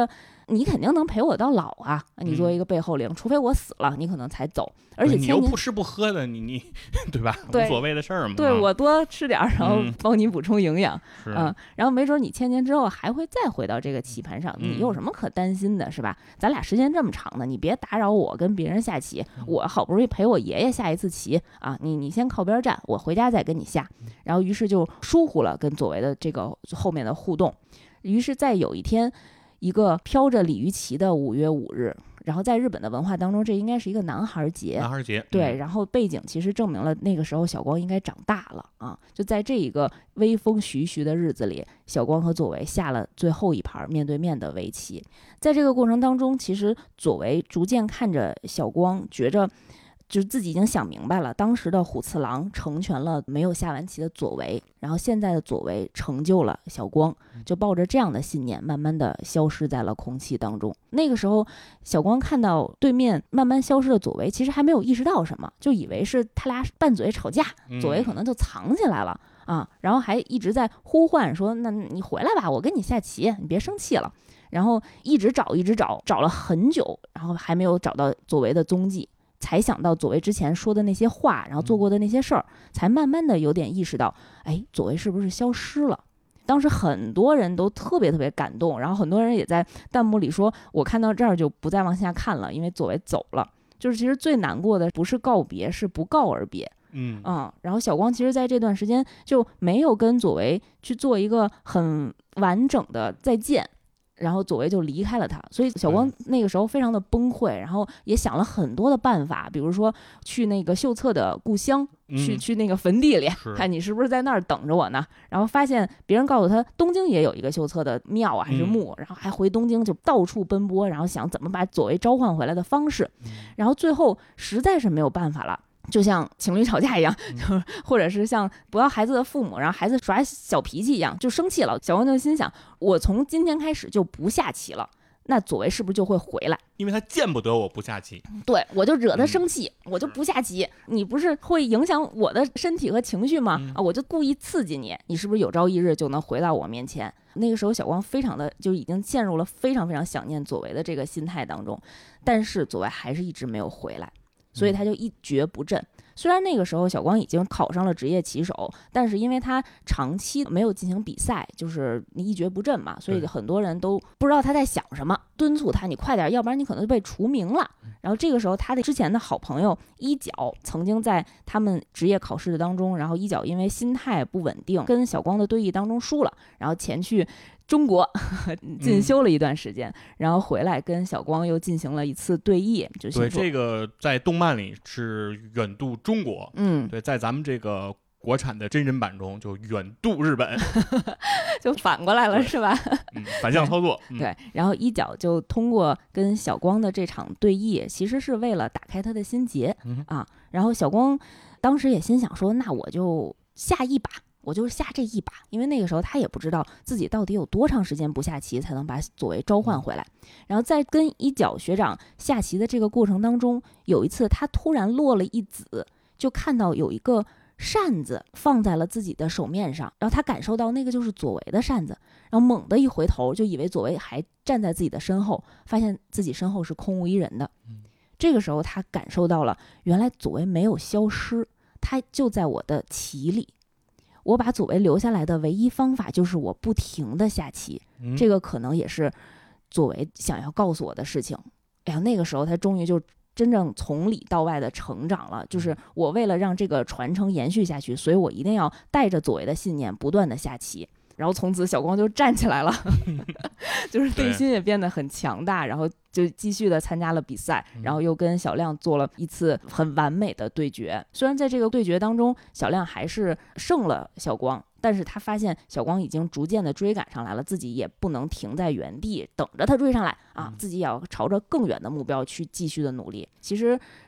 你肯定能陪我到老啊！你作为一个背后灵，除非我死了，你可能才走。而且你又不吃不喝的，你对吧？ 对， 无所谓的事儿嘛。 对，我多吃点，然后帮你补充营养，然后没准你1000年之后还会再回到这个棋盘上，你有什么可担心的，是吧？咱俩时间这么长呢，你别打扰我跟别人下棋，我好不容易陪我爷爷下一次棋啊，你先靠边站，我回家再跟你下。然后于是就疏忽了跟左为的这个后面的互动。于是在有一天，一个飘着鲤鱼旗的5月5日，然后在日本的文化当中，这应该是一个男孩节。 男孩节， 对，然后背景其实证明了那个时候小光应该长大了啊。就在这一个微风徐徐的日子里，小光和左为下了最后一盘面对面的围棋。在这个过程当中，其实左为逐渐看着小光，觉着就是自己已经想明白了，当时的虎次郎成全了没有下完棋的左为，然后现在的左为成就了小光，就抱着这样的信念，慢慢的消失在了空气当中。那个时候，小光看到对面慢慢消失的左为，其实还没有意识到什么，就以为是他俩拌嘴吵架，左为可能就藏起来了啊，然后还一直在呼唤说：“那你回来吧，我跟你下棋，你别生气了。”然后一直找了很久，然后还没有找到左为的踪迹。才想到左为之前说的那些话，然后做过的那些事儿，才慢慢的有点意识到，哎，左为是不是消失了？当时很多人都特别特别感动，然后很多人也在弹幕里说，我看到这儿就不再往下看了，因为左为走了。就是其实最难过的不是告别，是不告而别。然后小光其实在这段时间就没有跟左为去做一个很完整的再见。然后左为就离开了他，所以小光那个时候非常的崩溃，然后也想了很多的办法，比如说去那个秀策的故乡，去那个坟地里，看你是不是在那儿等着我呢？然后发现别人告诉他东京也有一个秀策的庙啊还是墓，然后还回东京就到处奔波，然后想怎么把左为召唤回来的方式，然后最后实在是没有办法了。就像情侣吵架一样，或者是像不要孩子的父母，然后孩子耍小脾气一样，就生气了。小光就心想，我从今天开始就不下棋了，那左为是不是就会回来？ 因为他见不得我不下棋， 对，我就惹他生气，我就不下棋，你不是会影响我的身体和情绪吗？我就故意刺激你，你是不是有朝一日就能回到我面前？那个时候小光非常的就已经陷入了非常非常想念左为的这个心态当中，但是左为还是一直没有回来。所以他就一蹶不振。虽然那个时候小光已经考上了职业棋手，但是因为他长期没有进行比赛，就是一蹶不振嘛，所以很多人都不知道他在想什么，敦促他你快点，要不然你可能就被除名了。然后这个时候他的之前的好朋友一角曾经在他们职业考试的当中，然后一角因为心态不稳定跟小光的对弈当中输了，然后前去中国进修了一段时间，然后回来跟小光又进行了一次对弈。 对，这个在动漫里是远渡中国，对，在咱们这个国产的真人版中就远渡日本， 就反过来了是吧？ 反向操作。 对，然后一角就通过跟小光的这场对弈，其实是为了打开他的心结啊。然后小光当时也心想说，那我就下一把。我就是下这一把，因为那个时候他也不知道自己到底有多长时间不下棋才能把左为召唤回来。然后在跟一角学长下棋的这个过程当中，有一次他突然落了一子，就看到有一个扇子放在了自己的手面上，然后他感受到那个就是左为的扇子，然后猛地一回头，就以为左为还站在自己的身后，发现自己身后是空无一人的。这个时候他感受到了，原来左为没有消失，他就在我的棋里。我把左为留下来的唯一方法就是我不停的下棋，这个可能也是左为想要告诉我的事情。哎呀，那个时候他终于就真正从里到外的成长了，就是我为了让这个传承延续下去，所以我一定要带着左为的信念不断的下棋。然后从此小光就站起来了就是内心也变得很强大，然后就继续的参加了比赛，然后又跟小亮做了一次很完美的对决。虽然在这个对决当中小亮还是胜了小光，但是他发现小光已经逐渐的追赶上来了，自己也不能停在原地等着他追上来啊，自己也要朝着更远的目标去继续的努力。其实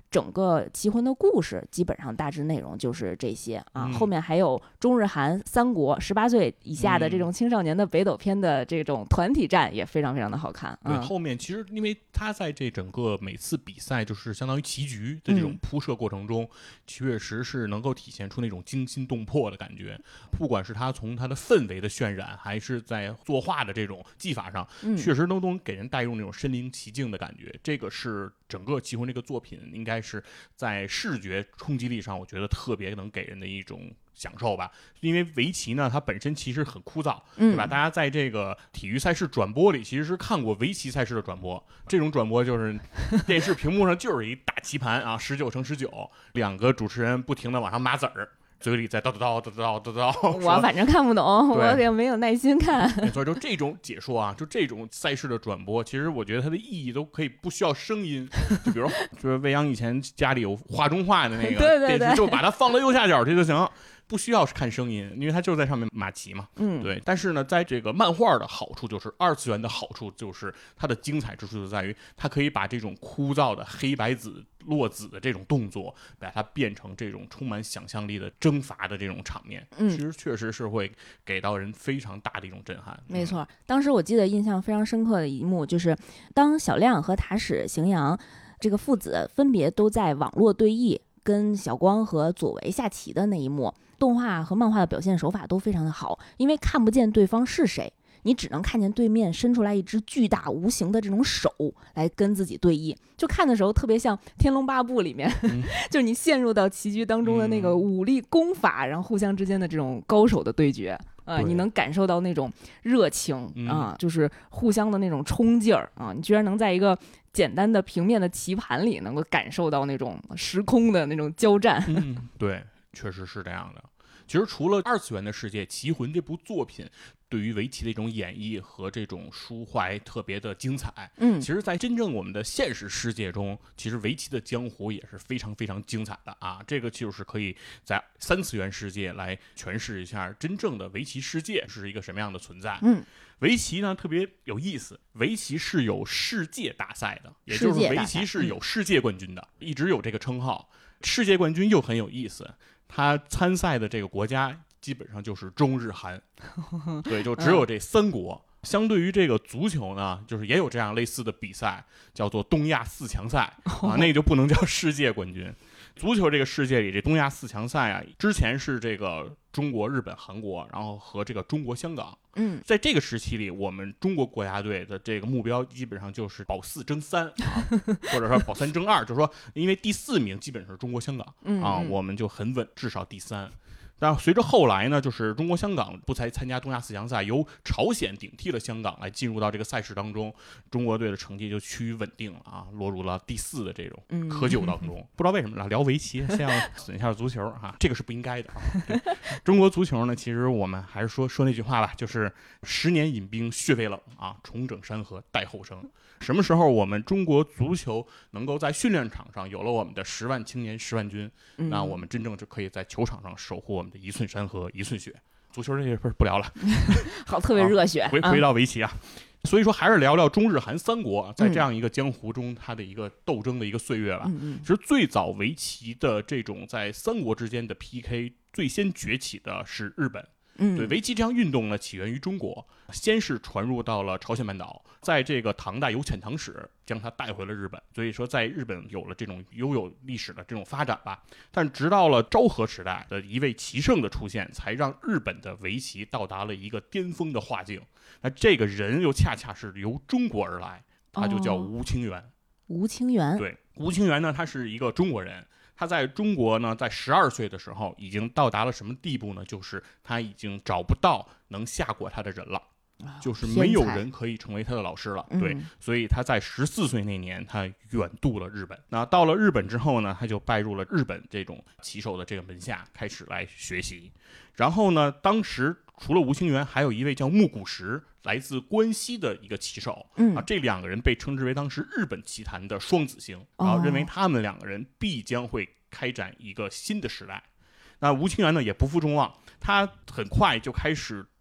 整个棋魂的故事基本上大致内容就是这些啊，后面还有中日韩三国18岁以下的这种青少年的北斗篇的这种团体战也非常非常的好看。 对，后面其实因为他在这整个每次比赛就是相当于棋局的这种铺设过程中，确实是能够体现出那种惊心动魄的感觉。不管是他从他的氛围的渲染，还是在作画的这种技法上，确实都能给人带入那种身临其境的感觉。这个是整个棋魂这个作品应该是在视觉冲击力上，我觉得特别能给人的一种享受吧。因为围棋呢，它本身其实很枯燥，对吧？大家在这个体育赛事转播里，其实是看过围棋赛事的转播。这种转播就是电视屏幕上就是一大棋盘啊，19×19，两个主持人不停的往上码子儿。嘴里在叨叨叨叨叨叨叨， 我反正看不懂，我也没有耐心看。 所以就这种解说啊，就这种赛事的转播，其实我觉得它的意义都可以不需要声音。就比如，就是未央以前家里有画中画的那个电视，就把它放到右下角去就行。不需要看声音，因为它就在上面码棋嘛。对。但是呢，在这个漫画的好处就是二次元的好处就是它的精彩之处就在于它可以把这种枯燥的黑白子落子的这种动作，把它变成这种充满想象力的征伐的这种场面。其实确实是会给到人非常大的一种震撼。 没错，当时我记得印象非常深刻的一幕就是当小亮和塔矢荥阳这个父子分别都在网络对弈跟小光和左为下棋的那一幕，动画和漫画的表现手法都非常的好，因为看不见对方是谁，你只能看见对面伸出来一只巨大无形的这种手来跟自己对弈，就看的时候特别像《天龙八部》里面，就是你陷入到棋局当中的那个武力功法，然后互相之间的这种高手的对决。你能感受到那种热情啊，就是互相的那种冲劲儿啊！你居然能在一个简单的平面的棋盘里，能够感受到那种时空的那种交战。 对，确实是这样的。其实除了二次元的世界，《棋魂》这部作品对于围棋的一种演绎和这种抒怀特别的精彩。其实在真正我们的现实世界中，其实围棋的江湖也是非常非常精彩的啊！这个就是可以在三次元世界来诠释一下真正的围棋世界是一个什么样的存在。围棋呢特别有意思，围棋是有世界大赛的，也就是围棋是有世界冠军的，一直有这个称号。世界冠军又很有意思，他参赛的这个国家基本上就是中日韩，对，就只有这三国。相对于这个足球呢，就是也有这样类似的比赛，叫做东亚四强赛啊，那个就不能叫世界冠军。足球这个世界里，这东亚四强赛啊，之前是这个中国、日本、韩国，然后和这个中国香港。在这个时期里，我们中国国家队的这个目标基本上就是保4争3啊，或者说保3争2，就是说，因为第4名基本上是中国香港啊，我们就很稳，至少第3。但随着后来呢，就是中国香港不才参加东亚四强赛，由朝鲜顶替了香港来进入到这个赛事当中，中国队的成绩就趋于稳定了啊，落入了第4的这种窠臼当中。不知道为什么聊围棋，先要损一下足球哈，这个是不应该的啊。中国足球呢，其实我们还是说那句话吧，就是10年引兵血未冷啊，重整山河待后生。什么时候我们中国足球能够在训练场上有了我们的10万青年10万军，那我们真正就可以在球场上守护我们的1寸山河1寸血。足球这些不聊了， 好，特别热血。 回到围棋啊，所以说还是聊聊中日韩三国在这样一个江湖中它的一个斗争的一个岁月吧。其实最早围棋的这种在三国之间的 PK 最先崛起的是日本。对，围棋这项运动呢，起源于中国，先是传入到了朝鲜半岛，在这个唐代有遣唐使将它带回了日本，所以说在日本有了这种悠有历史的这种发展吧。但直到了昭和时代的一位棋圣的出现，才让日本的围棋到达了一个巅峰的画境。那这个人又恰恰是由中国而来，他就叫吴清源。 吴清源， 对，吴清源呢，他是一个中国人。他在中国呢，在12岁的时候已经到达了什么地步呢？就是他已经找不到能下过他的人了，就是没有人可以成为他的老师了。对，所以他在14岁那年，他远渡了日本。那到了日本之后呢，他就拜入了日本这种棋手的这个门下，开始来学习。然后呢，当时除了吴清源，还有一位叫木谷实，来自关西的一个棋手。这2个人被称之为当时日本棋坛的双子星，然后认为他们2个人必将会开展一个新的时代。那吴清源呢也不负众望，他很快就开始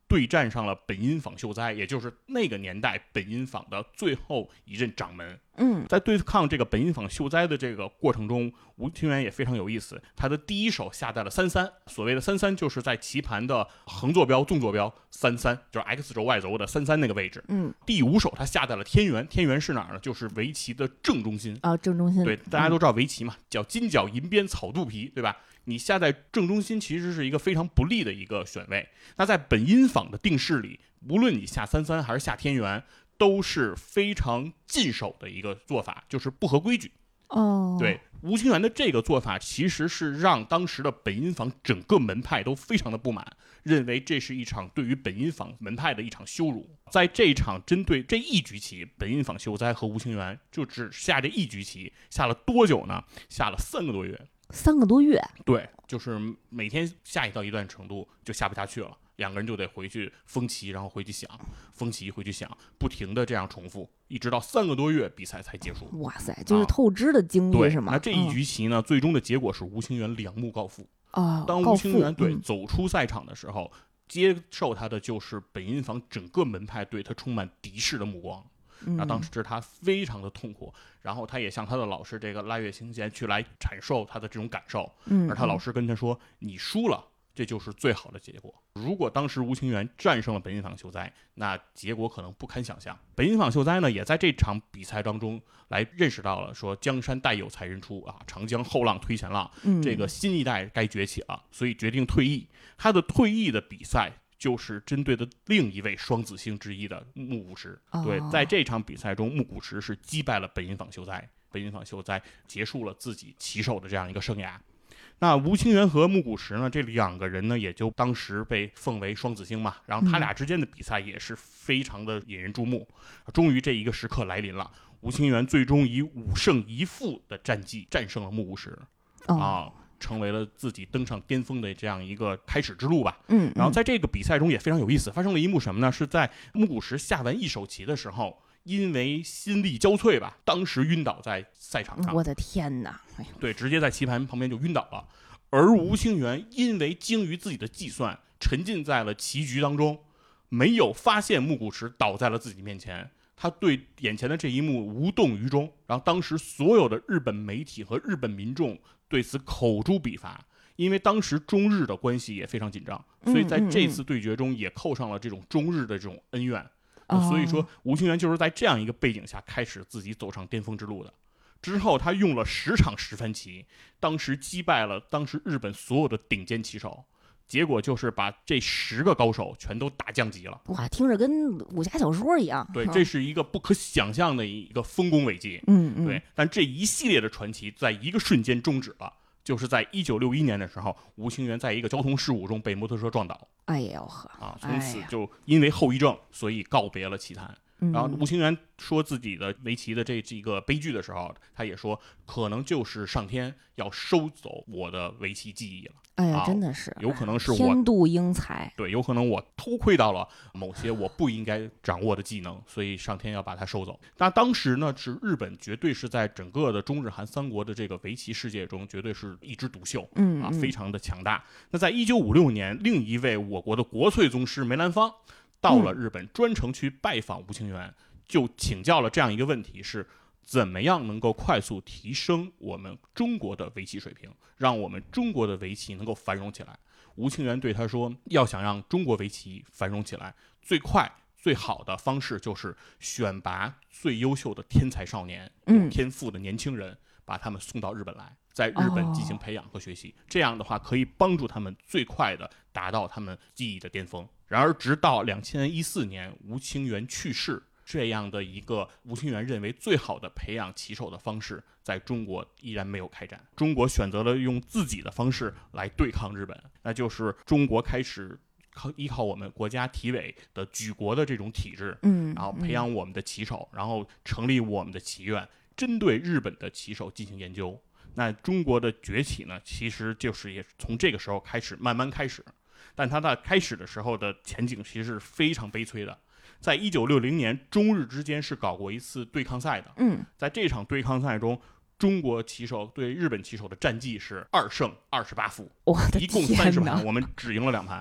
对战上了本因坊秀哉，也就是那个年代本因坊的最后一任掌门。在对抗这个本因坊秀哉的这个过程中，吴清源也非常有意思，他的第一手下在了3-3，所谓的3-3就是在棋盘的横坐标、纵坐标3-3，就是 X 轴 Y 轴的3-3那个位置。第5手他下在了天元，天元是哪儿呢？就是围棋的正中心啊，正中心。 对，大家都知道围棋嘛，叫金角银边草肚皮，对吧？你下在正中心其实是一个非常不利的一个选位。那在本因坊的定式里，无论你下3-3还是下天元，都是非常禁手的一个做法，就是不合规矩。对，吴清源的这个做法其实是让当时的本因坊整个门派都非常的不满，认为这是一场对于本因坊门派的一场羞辱。在这一场针对这一局棋，本因坊秀哉和吴清源就只下这一局棋，下了多久呢？下了3个多月。 3个多月？对， 就是每天下到一段程度就下不下去了，两个人就得回去封棋，然后回去想，封棋回去想，不停的这样重复，一直到3个多月比赛才结束。 哇塞，就是透支的经历是吗？ 那这一局棋呢，最终的结果是吴清源2目告负。当吴清源走出赛场的时候，接受他的就是本因坊整个门派对他充满敌视的目光。然后当时他非常的痛苦，然后他也向他的老师这个拉月清贤去来阐述他的这种感受。而他老师跟他说，你输了，这就是最好的结果。如果当时吴清源战胜了本因坊秀哉，那结果可能不堪想象。本因坊秀哉呢，也在这场比赛当中来认识到了说，江山代有才人出啊，长江后浪推前浪，这个新一代该崛起了，所以决定退役。他的退役的比赛就是针对的另一位双子星之一的木谷实。对，在这场比赛中，木谷实是击败了本因坊秀哉，本因坊秀哉结束了自己棋手的这样一个生涯。那吴清源和木谷实呢，这2个人呢，也就当时被奉为双子星嘛。然后他俩之间的比赛也是非常的引人注目。终于这一个时刻来临了，吴清源最终以5胜1负的战绩战胜了木谷实。成为了自己登上巅峰的这样一个开始之路吧。然后在这个比赛中也非常有意思，发生了一幕什么呢？是在木谷实下完1手棋的时候，因为心力交瘁吧，当时晕倒在赛场上。 我的天哪！ 对，直接在棋盘旁边就晕倒了。而吴清源因为精于自己的计算，沉浸在了棋局当中，没有发现木谷实倒在了自己面前。他对眼前的这一幕无动于衷。然后当时所有的日本媒体和日本民众对此口诛笔伐，因为当时中日的关系也非常紧张，所以在这次对决中也扣上了这种中日的这种恩怨。所以说吴清源就是在这样一个背景下开始自己走上巅峰之路的。之后他用了10场10番棋，当时击败了当时日本所有的顶尖棋手，结果就是把这10个高手全都打降级了。 哇，听着跟武侠小说一样。 对，这是一个不可想象的一个丰功伟绩。对，但这一系列的传奇在一个瞬间终止了，就是在1961年的时候，吴清源在一个交通事故中被摩托车撞倒。 哎呦呵！ 从此就因为后遗症，所以告别了棋坛。然后吴清源说自己的围棋的这个悲剧的时候，他也说可能就是上天要收走我的围棋技艺了。 哎呀，真的是， 有可能是我天妒英才。 对，有可能我偷窥到了某些我不应该掌握的技能，所以上天要把它收走。但当时呢，是日本绝对是在整个的中日韩3国的这个围棋世界中，绝对是一枝独秀，非常的强大。那在1956年，另一位我国的国粹宗师梅兰芳到了日本，专程去拜访吴清源，就请教了这样一个问题：是怎么样能够快速提升我们中国的围棋水平，让我们中国的围棋能够繁荣起来？吴清源对他说，要想让中国围棋繁荣起来，最快最好的方式就是选拔最优秀的天才少年、有天赋的年轻人，把他们送到日本来，在日本进行培养和学习。这样的话可以帮助他们最快的达到他们技艺的巅峰。然而直到2014年吴清源去世，这样的一个吴清源认为最好的培养棋手的方式在中国依然没有开展。中国选择了用自己的方式来对抗日本，那就是中国开始依靠我们国家体委的举国的这种体制，然后培养我们的棋手，然后成立我们的棋院，针对日本的棋手进行研究。那中国的崛起呢，其实就是也从这个时候开始慢慢开始，但它在开始的时候的前景其实是非常悲催的。在1960年，中日之间是搞过一次对抗赛的。在这场对抗赛中，中国棋手对日本棋手的战绩是2胜28负，一共30盘，我们只赢了2盘。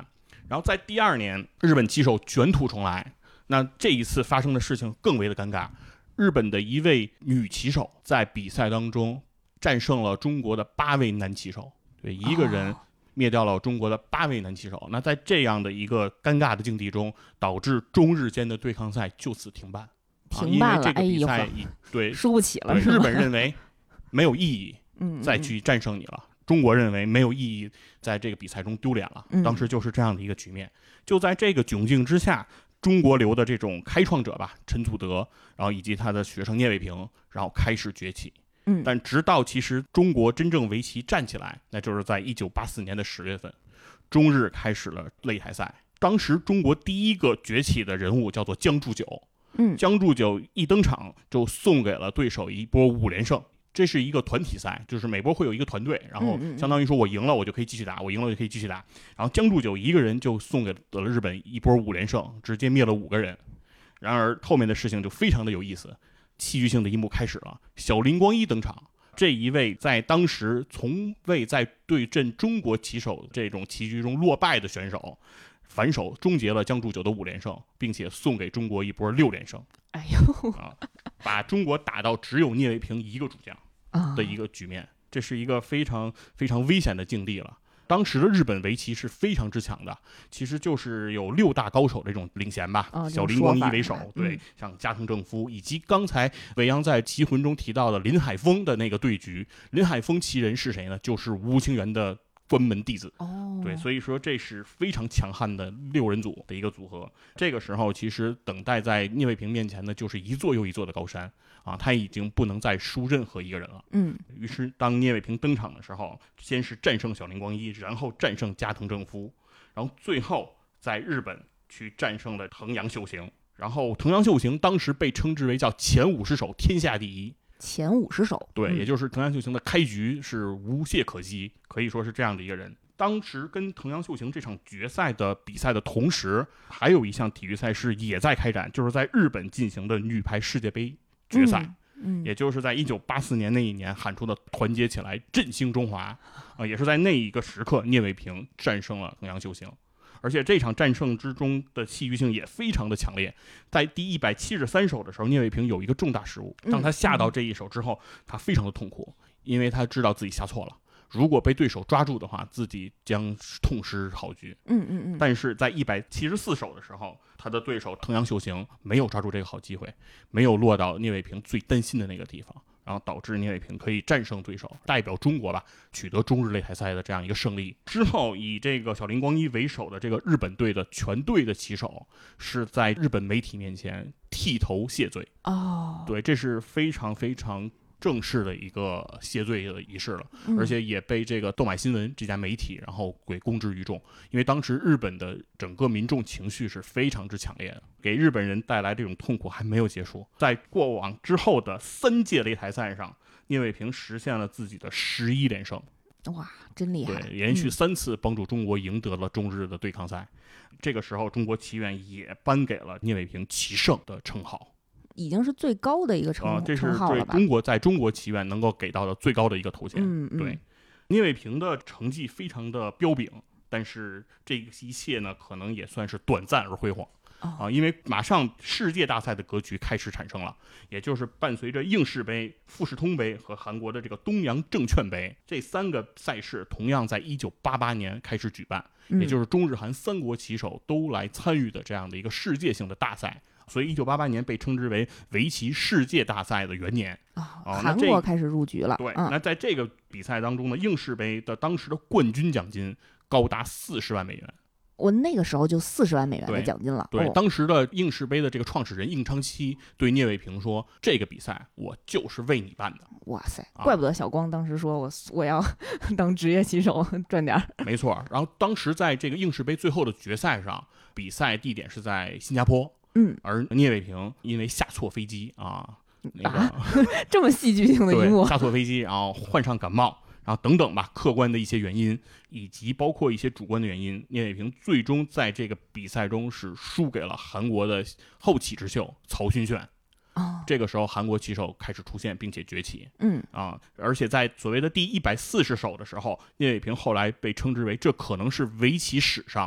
然后在第2年，日本棋手卷土重来。那这一次发生的事情更为的尴尬，日本的一位女棋手在比赛当中战胜了中国的8位男棋手，对，一个人灭掉了中国的8位男棋手。那在这样的一个尴尬的境地中，导致中日间的对抗赛就此停办。 停办了， 因为这个比赛对输不起了， 日本认为没有意义再去战胜你了。中国认为没有意义在这个比赛中丢脸了。当时就是这样的一个局面。就在这个窘境之下，中国流的这种开创者吧，陈祖德，然后以及他的学生聂卫平，然后开始崛起。但直到其实中国真正围棋站起来，那就是在1984年的10月份，中日开始了擂台赛。当时中国第一个崛起的人物叫做姜铸久。姜铸久一登场就送给了对手一波5连胜。这是一个团体赛，就是每波会有一个团队，然后相当于说我赢了我就可以继续打，我赢了我就可以继续打。然后姜铸久一个人就送给了日本一波5连胜，直接灭了5个人。然而后面的事情就非常的有意思，戏剧性的一幕开始了。小林光一登场，这一位在当时从未在对阵中国棋手这种棋局中落败的选手，反手终结了姜铸久的5连胜，并且送给中国一波6连胜。 哎呦把中国打到只有聂卫平一个主将的一个局面，这是一个非常非常危险的境地了。当时的日本围棋是非常之强的，其实就是有6大高手这种领衔吧，小林光一为首，对，像加藤正夫，以及刚才伟阳在棋魂中提到的林海峰的那个对局。林海峰棋人是谁呢？就是吴清源的关门弟子。对，所以说这是非常强悍的6人组的一个组合。这个时候其实等待在聂卫平面前的就是一座又一座的高山啊，他已经不能再输任何一个人了。于是当聂卫平登场的时候，先是战胜小林光一，然后战胜加藤正夫，然后最后在日本去战胜了藤阳秀行。然后藤阳秀行当时被称之为叫前50手天下第一。 前50手， 对，也就是藤阳秀行的开局是无懈可击，可以说是这样的一个人。当时跟藤阳秀行这场决赛的比赛的同时，还有一项体育赛事也在开展，就是在日本进行的女排世界杯决赛。也就是在1984年那一年喊出的团结起来振兴中华也是在那一个时刻，聂卫平战胜了藤阳秀行。而且这场战胜之中的戏剧性也非常的强烈。在第173手的时候，聂卫平有一个重大失误，当他下到这一手之后，他非常的痛苦，因为他知道自己下错了，如果被对手抓住的话，自己将痛失好局。但是在174手的时候，他的对手藤阳秀行没有抓住这个好机会，没有落到聂卫平最担心的那个地方，然后导致聂卫平可以战胜对手，代表中国吧取得中日擂台赛的这样一个胜利。之后以这个小林光一为首的这个日本队的全队的棋手是在日本媒体面前剃头谢罪。对，这是非常非常正式的一个谢罪的仪式了，而且也被这个豆买新闻这家媒体然后给公之于众。因为当时日本的整个民众情绪是非常之强烈的，给日本人带来这种痛苦还没有结束。在过往之后的3届擂台赛上，聂卫平实现了自己的11连胜。 哇，真厉害！ 对，连续3次帮助中国赢得了中日的对抗赛。这个时候中国棋院也颁给了聂卫平棋圣的称号， 已经是最高的一个称号了吧？ 这是对在中国棋院能够给到的最高的一个头衔。对，聂卫平的成绩非常的彪炳，但是这一切呢，可能也算是短暂而辉煌。因为马上世界大赛的格局开始产生了，也就是伴随着应氏杯、富士通杯和韩国的这个东洋证券杯这3个赛事，同样在1988年开始举办，也就是中日韩3国棋手都来参与的这样的一个世界性的大赛。所以1988年被称之为围棋世界大赛的元年。 韩国开始入局了。 对，那在这个比赛当中呢，应氏杯的当时的冠军奖金高达40万美元。 我那个时候就40万美元的奖金了。 对，当时的应氏杯的这个创始人应昌期对聂卫平说：“这个比赛我就是为你办的。” 哇塞，怪不得小光当时说我要当职业棋手赚点。 没错，然后当时在这个应氏杯最后的决赛上，比赛地点是在新加坡。而聂卫平因为下错飞机这么戏剧性的一幕， 下错飞机，然后患上感冒。然后等等吧，客观的一些原因，以及包括一些主观的原因，聂卫平最终在这个比赛中是输给了韩国的后起之秀曹勋炫。这个时候韩国棋手开始出现并且崛起。而且在所谓的第140手的时候，聂卫平后来被称之为这可能是围棋史上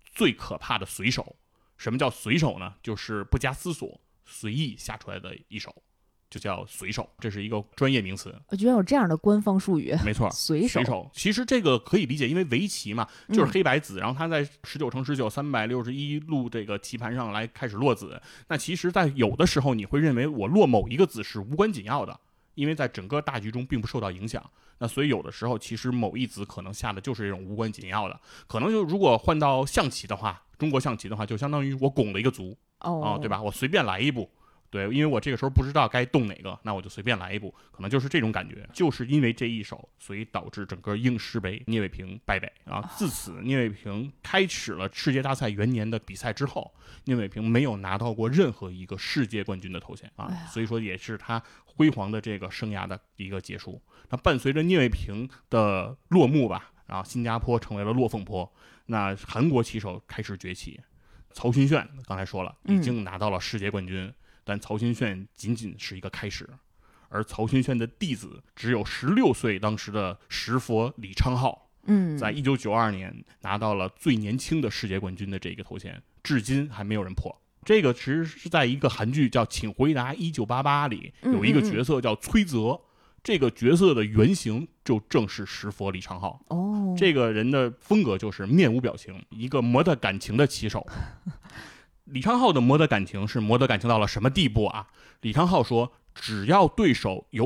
最可怕的随手。什么叫随手呢？就是不加思索随意下出来的一手，就叫随手，这是一个专业名词。 我居然有这样的官方术语， 没错， 随手。 其实这个可以理解，因为围棋嘛，就是黑白子，然后它在19×19 361路这个棋盘上来开始落子。那其实，在有的时候你会认为我落某一个子是无关紧要的，因为在整个大局中并不受到影响。那所以有的时候其实某一子可能下的就是这种无关紧要的，可能就如果换到象棋的话，中国象棋的话，就相当于我拱了一个卒，对吧？我随便来一步。对，因为我这个时候不知道该动哪个，那我就随便来一步，可能就是这种感觉。就是因为这一手，所以导致整个应试杯聂卫平败北啊。自此，聂卫平开始了世界大赛元年的比赛之后，聂卫平没有拿到过任何一个世界冠军的头衔啊，所以说也是他辉煌的这个生涯的一个结束。那伴随着聂卫平的落幕吧，然后新加坡成为了落凤坡，那韩国棋手开始崛起。曹勋炫刚才说了，已经拿到了世界冠军。但曹勋炫仅仅是一个开始，而曹勋炫的弟子只有16岁，当时的石佛李昌镐，在1992年拿到了最年轻的世界冠军的这个头衔，至今还没有人破。这个其实是在一个韩剧叫《请回答1988》里，有一个角色叫崔泽，这个角色的原型就正是石佛李昌镐。这个人的风格就是面无表情，一个磨得感情的棋手。李昌镐的磨得感情是磨得感情到了什么地步啊？李昌镐说，只要对手有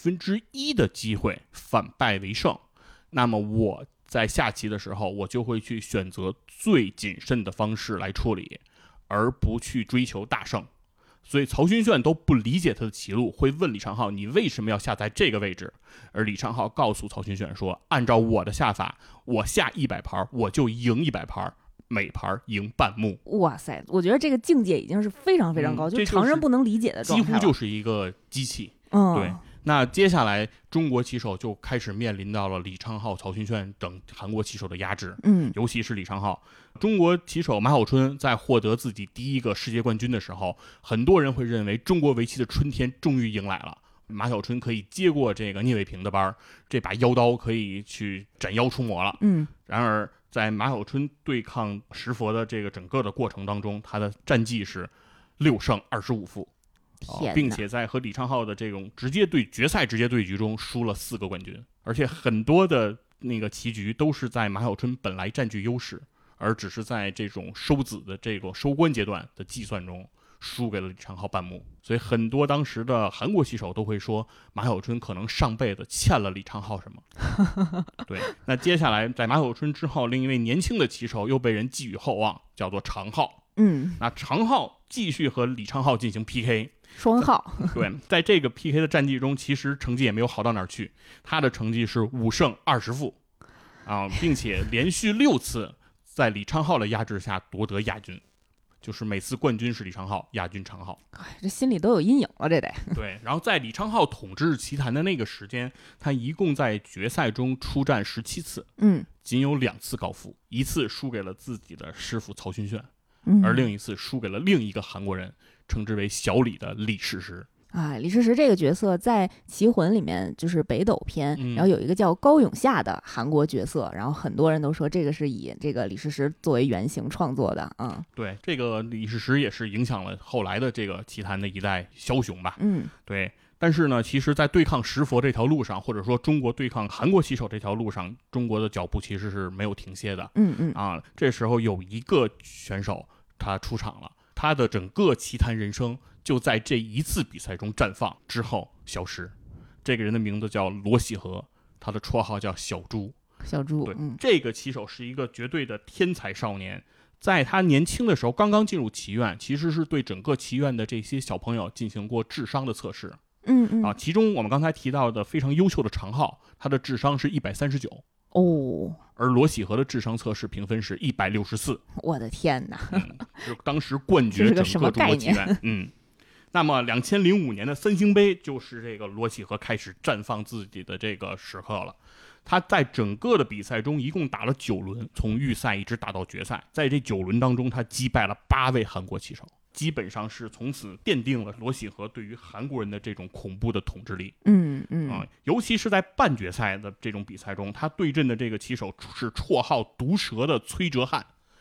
1%的机会反败为胜，那么我在下棋的时候，我就会去选择最谨慎的方式来处理，而不去追求大胜。所以曹勋炫都不理解他的棋路，会问李昌镐，你为什么要下在这个位置？而李昌镐告诉曹勋炫说，按照我的下法，我下100盘我就赢100盘，每盘赢半目。 哇塞，我觉得这个境界已经是非常非常高，就常人不能理解的状态， 几乎就是一个机器。对。那接下来中国棋手就开始面临到了李昌镐、曹勋炫等韩国棋手的压制。尤其是李昌镐。中国棋手马晓春在获得自己第一个世界冠军的时候，很多人会认为中国围棋的春天终于迎来了。马晓春可以接过这个聂卫平的班，这把妖刀可以去斩妖除魔了。然而在马晓春对抗石佛的这个整个的过程当中，他的战绩是6胜25负。并且在和李昌镐的这种决赛直接对局中输了4个冠军，而且很多的那个棋局都是在马晓春本来占据优势，而只是在这种收子的这个收官阶段的计算中输给了李昌镐半目。所以很多当时的韩国棋手都会说，马晓春可能上辈子欠了李昌镐什么。对，那接下来在马晓春之后，另一位年轻的棋手又被人寄予厚望，叫做常浩。那常浩继续和李昌镐进行 PK。 双号。 对，在这个 PK 的战绩中，其实成绩也没有好到哪儿去，他的成绩是5胜20负并且连续6次在李昌镐的压制下夺得亚军，就是每次冠军是李昌镐，亚军常镐。 这心里都有阴影了，这得。 对，然后在李昌镐统治棋坛的那个时间，他一共在决赛中出战17次，仅有2次高负，一次输给了自己的师傅曹勋炫，而另一次输给了另一个韩国人，称之为小李的李世石。 李世石这个角色在《棋魂》里面就是北斗篇，然后有一个叫高永夏的韩国角色，然后很多人都说这个是以这个李世石作为原型创作的。 对，这个李世石也是影响了后来的这个棋坛的一代枭雄吧。对。但是呢，其实在对抗石佛这条路上，或者说中国对抗韩国棋手这条路上，中国的脚步其实是没有停歇的。这时候有一个选手他出场了，他的整个棋坛人生就在这一次比赛中绽放，之后消失。这个人的名字叫罗喜和，他的绰号叫小猪。对，这个棋手是一个绝对的天才少年。在他年轻的时候，刚刚进入棋院，其实是对整个棋院的这些小朋友进行过智商的测试。其中我们刚才提到的非常优秀的常浩，他的智商是139。而罗喜和的智商测试评分是164。我的天哪！ 是当时冠绝整个中国棋院。那么2005年的三星杯就是这个罗喜和开始绽放自己的这个时刻了。他在整个的比赛中一共打了9轮，从预赛一直打到决赛。在这9轮当中，他击败了8位韩国棋手，基本上是从此奠定了罗喜和对于韩国人的这种恐怖的统治力。尤其是在半决赛的这种比赛中，他对阵的这个棋手是绰号毒蛇的崔哲瀚，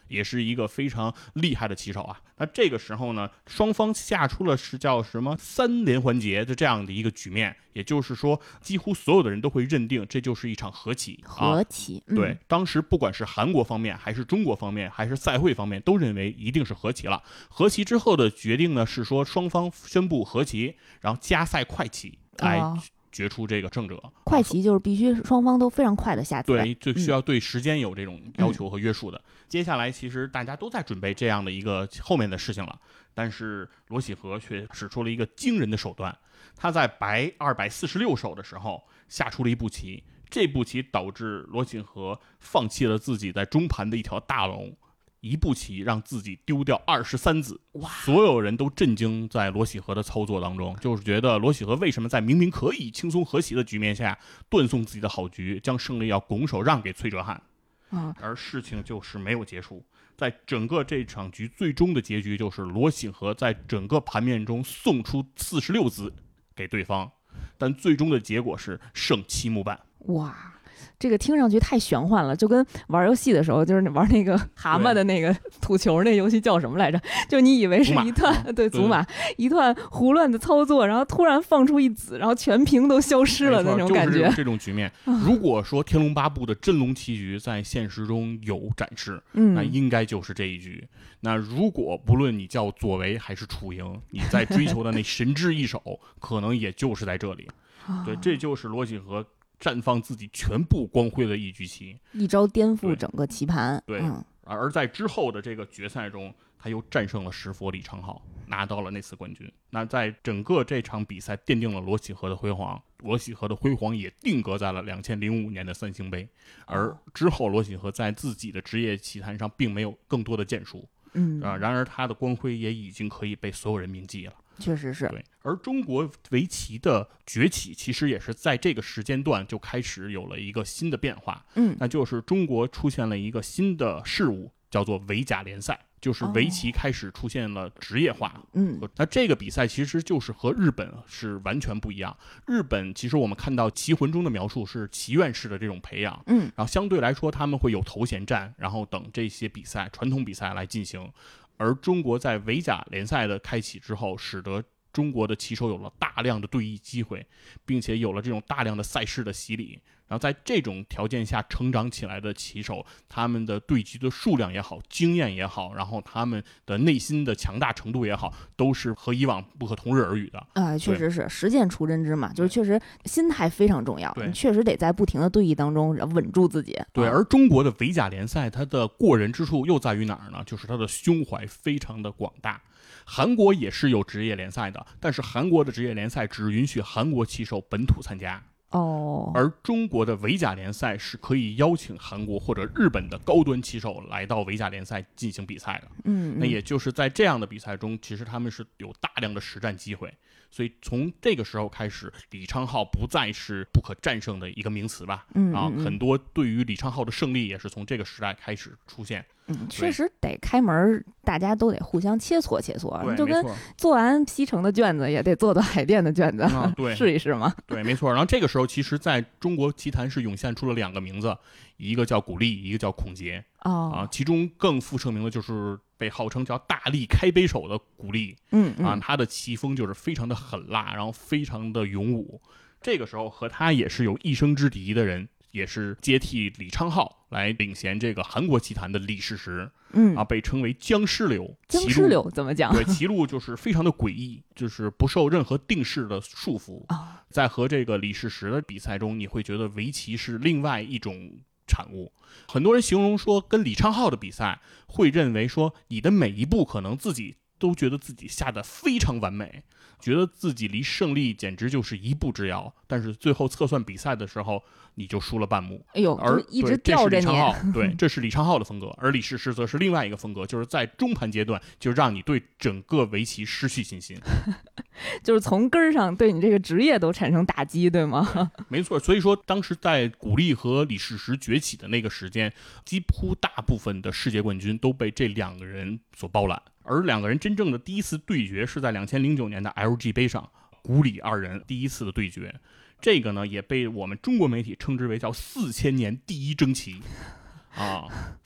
也是一个非常厉害的棋手啊。那这个时候呢，双方下出了是叫什么3连环节的这样的一个局面，也就是说，几乎所有的人都会认定这就是一场和棋。 和棋， 对，当时不管是韩国方面，还是中国方面，还是赛会方面，都认为一定是和棋了。和棋之后的决定呢，是说双方宣布和棋，然后加赛快棋来决出这个胜者。 快棋就是必须双方都非常快的下子， 对，就需要对时间有这种要求和约束的。接下来其实大家都在准备这样的一个后面的事情了，但是罗喜和却使出了一个惊人的手段。他在白246手的时候下出了一步棋，这步棋导致罗喜和放弃了自己在中盘的一条大龙，一步棋让自己丢掉23子。所有人都震惊在罗喜和的操作当中，就是觉得罗喜和为什么在明明可以轻松和棋的局面下断送自己的好局，将胜利要拱手让给崔哲翰。而事情就是没有结束，在整个这场局最终的结局就是罗喜和在整个盘面中送出46子给对方，但最终的结果是胜7目半。 哇，这个听上去太玄幻了，就跟玩游戏的时候，就是玩那个蛤蟆的那个吐球那游戏叫什么来着？就你以为是一段对祖玛一段胡乱的操作，然后突然放出一子，然后全屏都消失了的那种感觉。 就是这种局面。如果说《天龙八部》的真龙棋局在现实中有展示，那应该就是这一局。那如果不论你叫左为还是楚莹，你在追求的那神之一手，可能也就是在这里。对，这就是罗喜和绽放自己全部光辉的一局棋， 一招颠覆整个棋盘。 对，而在之后的这个决赛中，他又战胜了石佛李昌镐，拿到了那次冠军。那在整个这场比赛奠定了罗喜和的辉煌，罗喜和的辉煌也定格在了2005年的三星杯。而之后罗喜和在自己的职业棋坛上并没有更多的建树，然而他的光辉也已经可以被所有人铭记了。 确实是。 对，而中国围棋的崛起其实也是在这个时间段就开始有了一个新的变化，那就是中国出现了一个新的事物，叫做围甲联赛，就是围棋开始出现了职业化。那这个比赛其实就是和日本是完全不一样。日本其实我们看到棋魂中的描述是棋院式的这种培养，然后相对来说他们会有头衔战，然后等这些比赛传统比赛来进行。而中国在围甲联赛的开启之后，使得中国的棋手有了大量的对弈机会，并且有了这种大量的赛事的洗礼。然后在这种条件下成长起来的棋手，他们的对局的数量也好，经验也好，然后他们的内心的强大程度也好，都是和以往不可同日而语的。 确实是实践出真知嘛，就是确实心态非常重要，你确实得在不停的对弈当中稳住自己。 对，而中国的围甲联赛，它的过人之处又在于哪儿呢？就是它的胸怀非常的广大。韩国也是有职业联赛的，但是韩国的职业联赛只允许韩国棋手本土参加。而中国的围甲联赛是可以邀请韩国或者日本的高端棋手来到围甲联赛进行比赛的。那也就是在这样的比赛中，其实他们是有大量的实战机会。所以从这个时候开始，李昌镐不再是不可战胜的一个名词吧。很多对于李昌镐的胜利也是从这个时代开始出现。 确实得开门，大家都得互相切磋切磋，就跟做完西城的卷子也得做海淀的卷子，试一试嘛。 对，没错。然后这个时候，其实在中国棋坛是涌现出了2个名字，一个叫古力，一个叫孔杰。其中更负盛名的就是被号称叫大力开杯手的古力。他的棋风就是非常的狠辣，然后非常的勇武。这个时候和他也是有一生之敌的人，也是接替李昌镐来领衔这个韩国棋坛的李世石。被称为僵尸流。 僵尸流怎么讲？ 对，棋路就是非常的诡异，就是不受任何定式的束缚。在和这个李世石的比赛中，你会觉得围棋是另外一种产物。很多人形容说跟李昌镐的比赛，会认为说你的每一步可能自己都觉得自己下得非常完美，觉得自己离胜利简直就是一步之遥，但是最后测算比赛的时候你就输了半目。而一直吊着你。 对，这是李昌镐的风格。而李世石则是另外一个风格，就是在中盘阶段就让你对整个围棋失去信心。 就是从根儿上对你这个职业都产生打击，对吗？ 对，没错。所以说当时在古力和李世石崛起的那个时间，几乎大部分的世界冠军都被这2个人所包揽。而2个人真正的第一次对决是在2009年的 LG 杯上，古李2人第一次的对决。这个呢也被我们中国媒体称之为叫4000年第一争奇。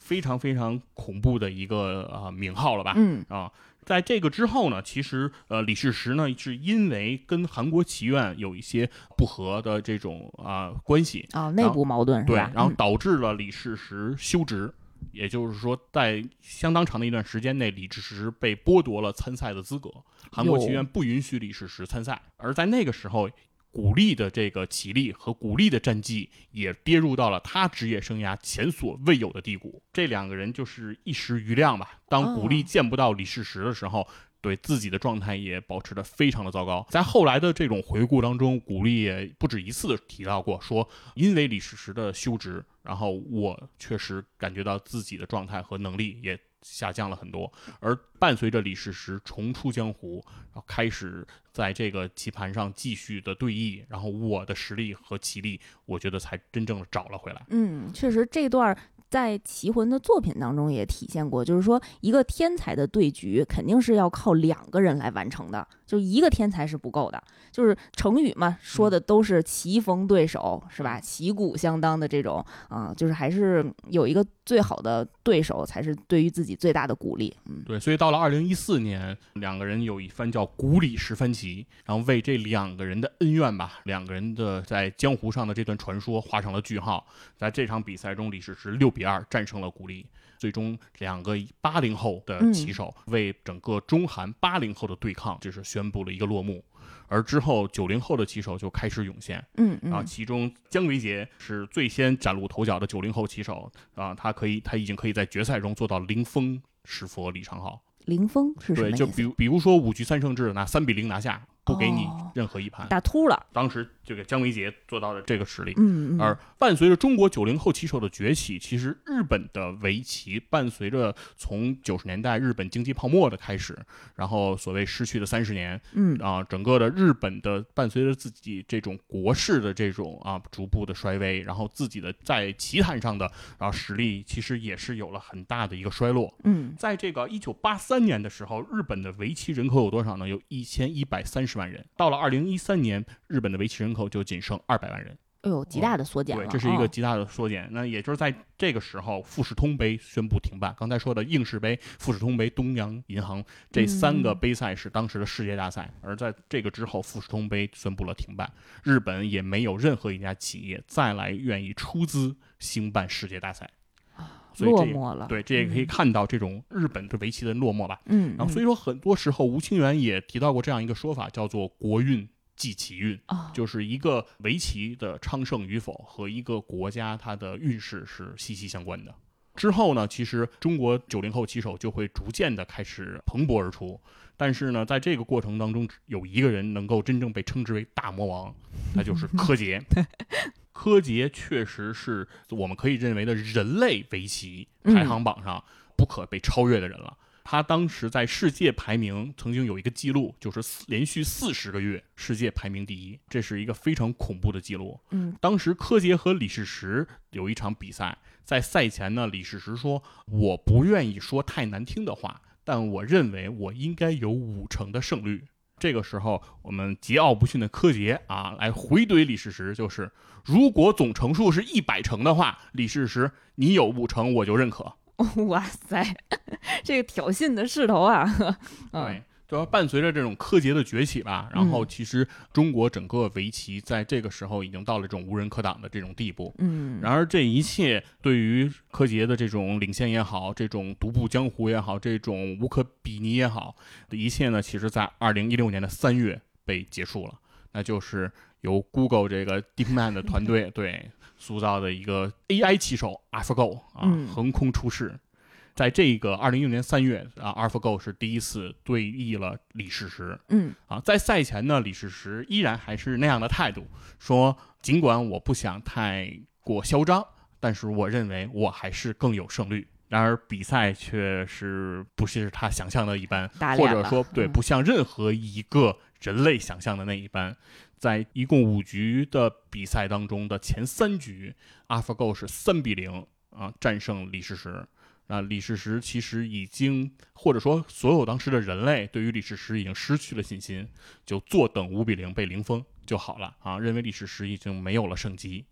非常非常恐怖的一个名号了吧？在这个之后呢，其实李世石呢是因为跟韩国棋院有一些不和的这种关系内部矛盾是吧？ 对，然后导致了李世石休职。也就是说，在相当长的一段时间内，李世石被剥夺了参赛的资格，韩国棋院不允许李世石参赛。而在那个时候，古力的这个棋力和古力的战绩也跌入到了他职业生涯前所未有的低谷。这两个人就是一时瑜亮吧。当古力见不到李世石的时候，对自己的状态也保持得非常的糟糕。在后来的这种回顾当中，古力也不止一次的提到过，说因为李世石的休职，然后我确实感觉到自己的状态和能力也下降了很多。而伴随着李世石重出江湖，然后开始在这个棋盘上继续的对弈，然后我的实力和棋力，我觉得才真正的找了回来。 确实这段在棋魂的作品当中也体现过，就是说一个天才的对局肯定是要靠2个人来完成的，就一个天才是不够的。就是成语嘛，说的都是棋逢对手，是吧？旗鼓相当的这种就是还是有一个最好的对手才是对于自己最大的鼓励。 对，所以到了2014年，两个人有一番叫古李十番棋，然后为这2个人的恩怨吧，2个人的在江湖上的这段传说画上了句号。在这场比赛中，李世石6-2战胜了古力，最终2个80后的棋手为整个中韩80后的对抗就是宣布了一个落幕。而之后90后的棋手就开始涌现，其中姜维杰是最先崭露头角的90后棋手他已经可以在决赛中做到零封石佛李长浩。 零封是什么意思？ 对，就比如说5局3胜制拿3-0拿下，不给你任何一盘， 打秃了。 当时这个姜维杰做到了这个实力。而伴随着中国90后棋手的崛起，其实日本的围棋伴随着从90年代日本经济泡沫的开始，然后所谓失去的30年，整个的日本的伴随着自己这种国势的这种逐步的衰微，然后自己的在棋坛上的实力其实也是有了很大的一个衰落。在这个1983年的时候，日本的围棋人口有多少呢？有1130万人。到了2013年，日本的围棋人口就仅剩200万人。 极大的缩减了。 对，这是一个极大的缩减。那也就是在这个时候，富士通杯宣布停办。刚才说的应氏杯、富士通杯、东洋银行这3个杯赛是当时的世界大赛，而在这个之后，富士通杯宣布了停办。日本也没有任何一家企业再来愿意出资兴办世界大赛。 落寞了。 对，这也可以看到这种日本对围棋的落寞吧。然后所以说很多时候吴清源也提到过这样一个说法，叫做国运即其运，就是一个围棋的昌盛与否和一个国家它的运势是息息相关的。之后呢，其实中国90后棋手就会逐渐的开始蓬勃而出，但是呢，在这个过程当中，有一个人能够真正被称之为大魔王，那就是柯洁。柯洁确实是我们可以认为的人类围棋排行榜上不可被超越的人了。他当时在世界排名曾经有一个记录，就是连续40个月世界排名第1，这是一个非常恐怖的记录。当时柯洁和李世石有一场比赛，在赛前呢，李世石说：“我不愿意说太难听的话，但我认为我应该有50%的胜率。”这个时候，我们桀骜不驯的柯洁来回怼李世石，就是如果总成数是100%的话，李世石你有50%我就认可。 哇塞，这个挑衅的势头啊！ 对，就要伴随着这种柯洁的崛起吧，然后其实中国整个围棋在这个时候已经到了这种无人可挡的这种地步。然而这一切对于柯洁的这种领先也好，这种独步江湖也好，这种无可比拟也好的一切呢，其实在2016年的3月被结束了，那就是由 Google 这个 DeepMind 的团队对塑造的一个 AI 棋手 AlphaGo 横空出世。在这个2016年3月AlphaGo 是第一次对弈了李世石。在赛前呢，李世石依然还是那样的态度，说尽管我不想太过嚣张，但是我认为我还是更有胜率。然而比赛却是不是他想象的一般，或者说不像任何一个人类想象的那一般。在一共5局的比赛当中的前3局，AlphaGo 是3-0战胜李世石。李世石其实已经，或者说所有当时的人类对于李世石已经失去了信心，就坐等5-0被零封就好了认为李世石已经没有了胜机。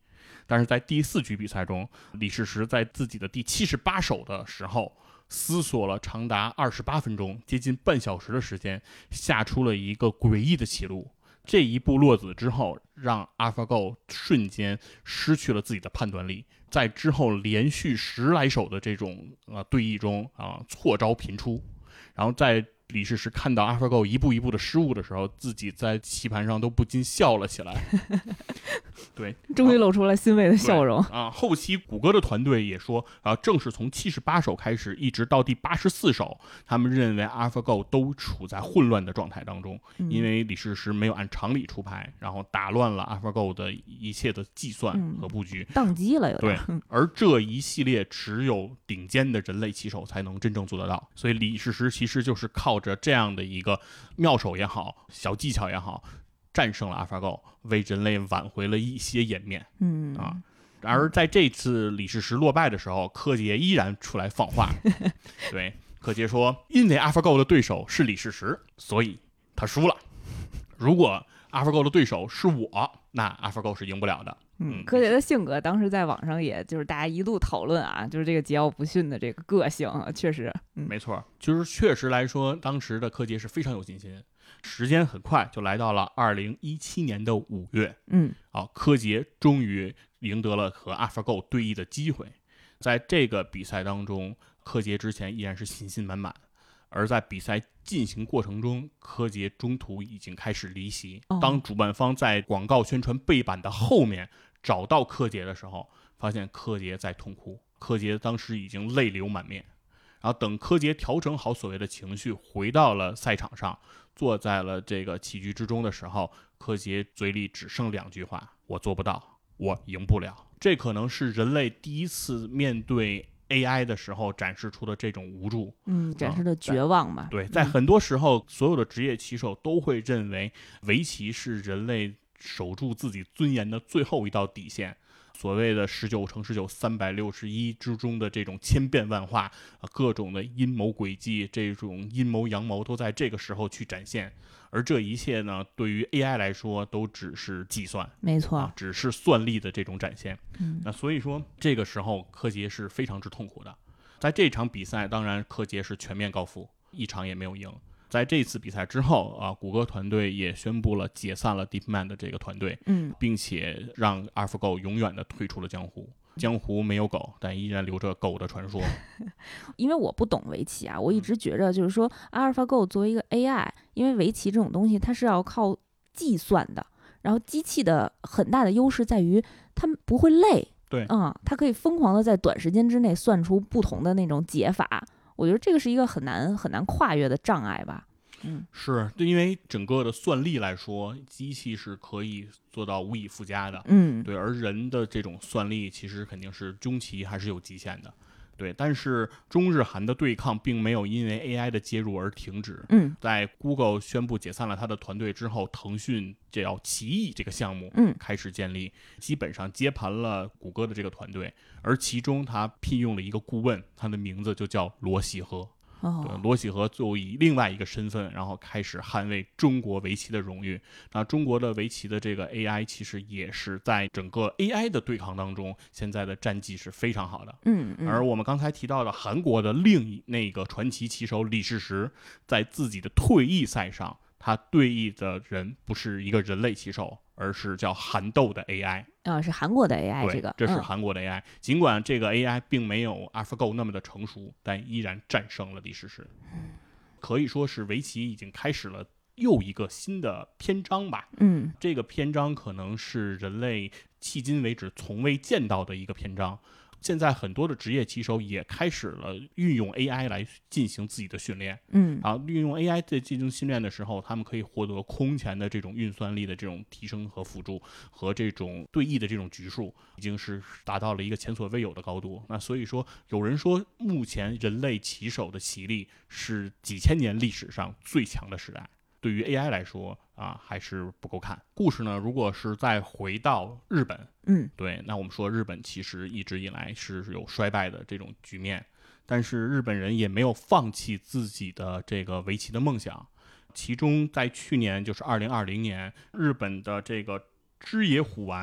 但是在第4局比赛中，李世石在自己的第78手的时候，思索了长达28分钟，接近半小时的时间，下出了一个诡异的棋路。这一步落子之后，让 AlphaGo 瞬间失去了自己的判断力，在之后连续10来手的这种对弈中错招频出，然后在李世石看到 AlphaGo 一步一步的失误的时候，自己在棋盘上都不禁笑了起来。对， 终于露出了欣慰的笑容后期谷歌的团队也说正是从78手开始一直到第84手，他们认为 AlphaGo 都处在混乱的状态当中，因为李世石没有按常理出牌，然后打乱了 AlphaGo 的一切的计算和布局， 宕机了有点。 对，而这一系列只有顶尖的人类棋手才能真正做得到，所以李世石其实就是靠着这样的一个妙手也好，小技巧也好，战胜了 AlphaGo， 为人类挽回了一些颜面。而在这次李世石落败的时候，柯洁依然出来放话。对，柯洁说，因为 AlphaGo 的对手是李世石，所以他输了。如果 AlphaGo 的对手是我，那 AlphaGo 是赢不了的。 柯洁的性格当时在网上也就是大家一路讨论就是这个桀骜不驯的这个个性确实， 没错，就是确实来说，当时的柯洁是非常有信心。时间很快就来到了2017年的5月，柯洁终于赢得了和 AlphaGo 对弈的机会。在这个比赛当中，柯洁之前依然是信心满满，而在比赛进行过程中，柯洁中途已经开始离席。当主办方在广告宣传背板的后面找到柯洁的时候，发现柯洁在痛哭，柯洁当时已经泪流满面。然后等柯洁调整好所谓的情绪，回到了赛场上，坐在了这个棋局之中的时候，柯洁嘴里只剩2句话：我做不到，我赢不了。这可能是人类第一次面对 AI 的时候展示出的这种无助， 展示的绝望吧。 对，在很多时候，所有的职业棋手都会认为围棋是人类守住自己尊严的最后一道底线。所谓的19×19 361之中的这种千变万化，各种的阴谋诡计，这种阴谋阳谋都在这个时候去展现。而这一切呢，对于 AI 来说都只是计算， 没错， 只是算力的这种展现。那所以说这个时候柯洁是非常之痛苦的。在这场比赛，当然柯洁是全面告负，一场也没有赢。在这次比赛之后谷歌团队也宣布了解散了 DeepMind 的这个团队，并且让 AlphaGo 永远的退出了江湖。江湖没有狗，但依然留着狗的传说。 因为我不懂围棋我一直觉着就是说 AlphaGo 作为一个 AI， 因为围棋这种东西它是要靠计算的，然后机器的很大的优势在于它不会累。 对， 它可以疯狂的在短时间之内算出不同的那种解法。我觉得这个是一个很难跨越的障碍吧。 是，因为整个的算力来说，机器是可以做到无以复加的。对，而人的这种算力其实肯定是终其还是有极限的。对，但是中日韩的对抗并没有因为 AI 的介入而停止。在 Google 宣布解散了他的团队之后，腾讯叫奇异这个项目开始建立，基本上接盘了谷歌的这个团队，而其中他聘用了一个顾问，他的名字就叫罗喜和。对，罗喜和就以另外一个身份，然后开始捍卫中国围棋的荣誉。那中国的围棋的这个 AI 其实也是在整个 AI 的对抗当中，现在的战绩是非常好的。而我们刚才提到的韩国的另那个传奇棋手李世石，在自己的退役赛上，他对弈的人不是一个人类棋手，而是叫韩斗的 AI。 是韩国的 AI。 这个这是韩国的 AI。尽管这个 AI 并没有 AlphaGo 那么的成熟，但依然战胜了李世石。可以说是围棋已经开始了又一个新的篇章吧。这个篇章可能是人类迄今为止从未见到的一个篇章。现在很多的职业棋手也开始了运用 AI 来进行自己的训练。然后运用 AI 在进行训练的时候，他们可以获得空前的这种运算力的这种提升和辅助，和这种对弈的这种局数已经是达到了一个前所未有的高度。那所以说，有人说目前人类棋手的棋力是几千年历史上最强的时代。对于 AI 来说还是不够看。故事呢，如果是再回到日本，对，那我们说日本其实一直以来是有衰败的这种局面，但是日本人也没有放弃自己的这个围棋的梦想。其中在去年，就是2020年，日本的这个枝野虎丸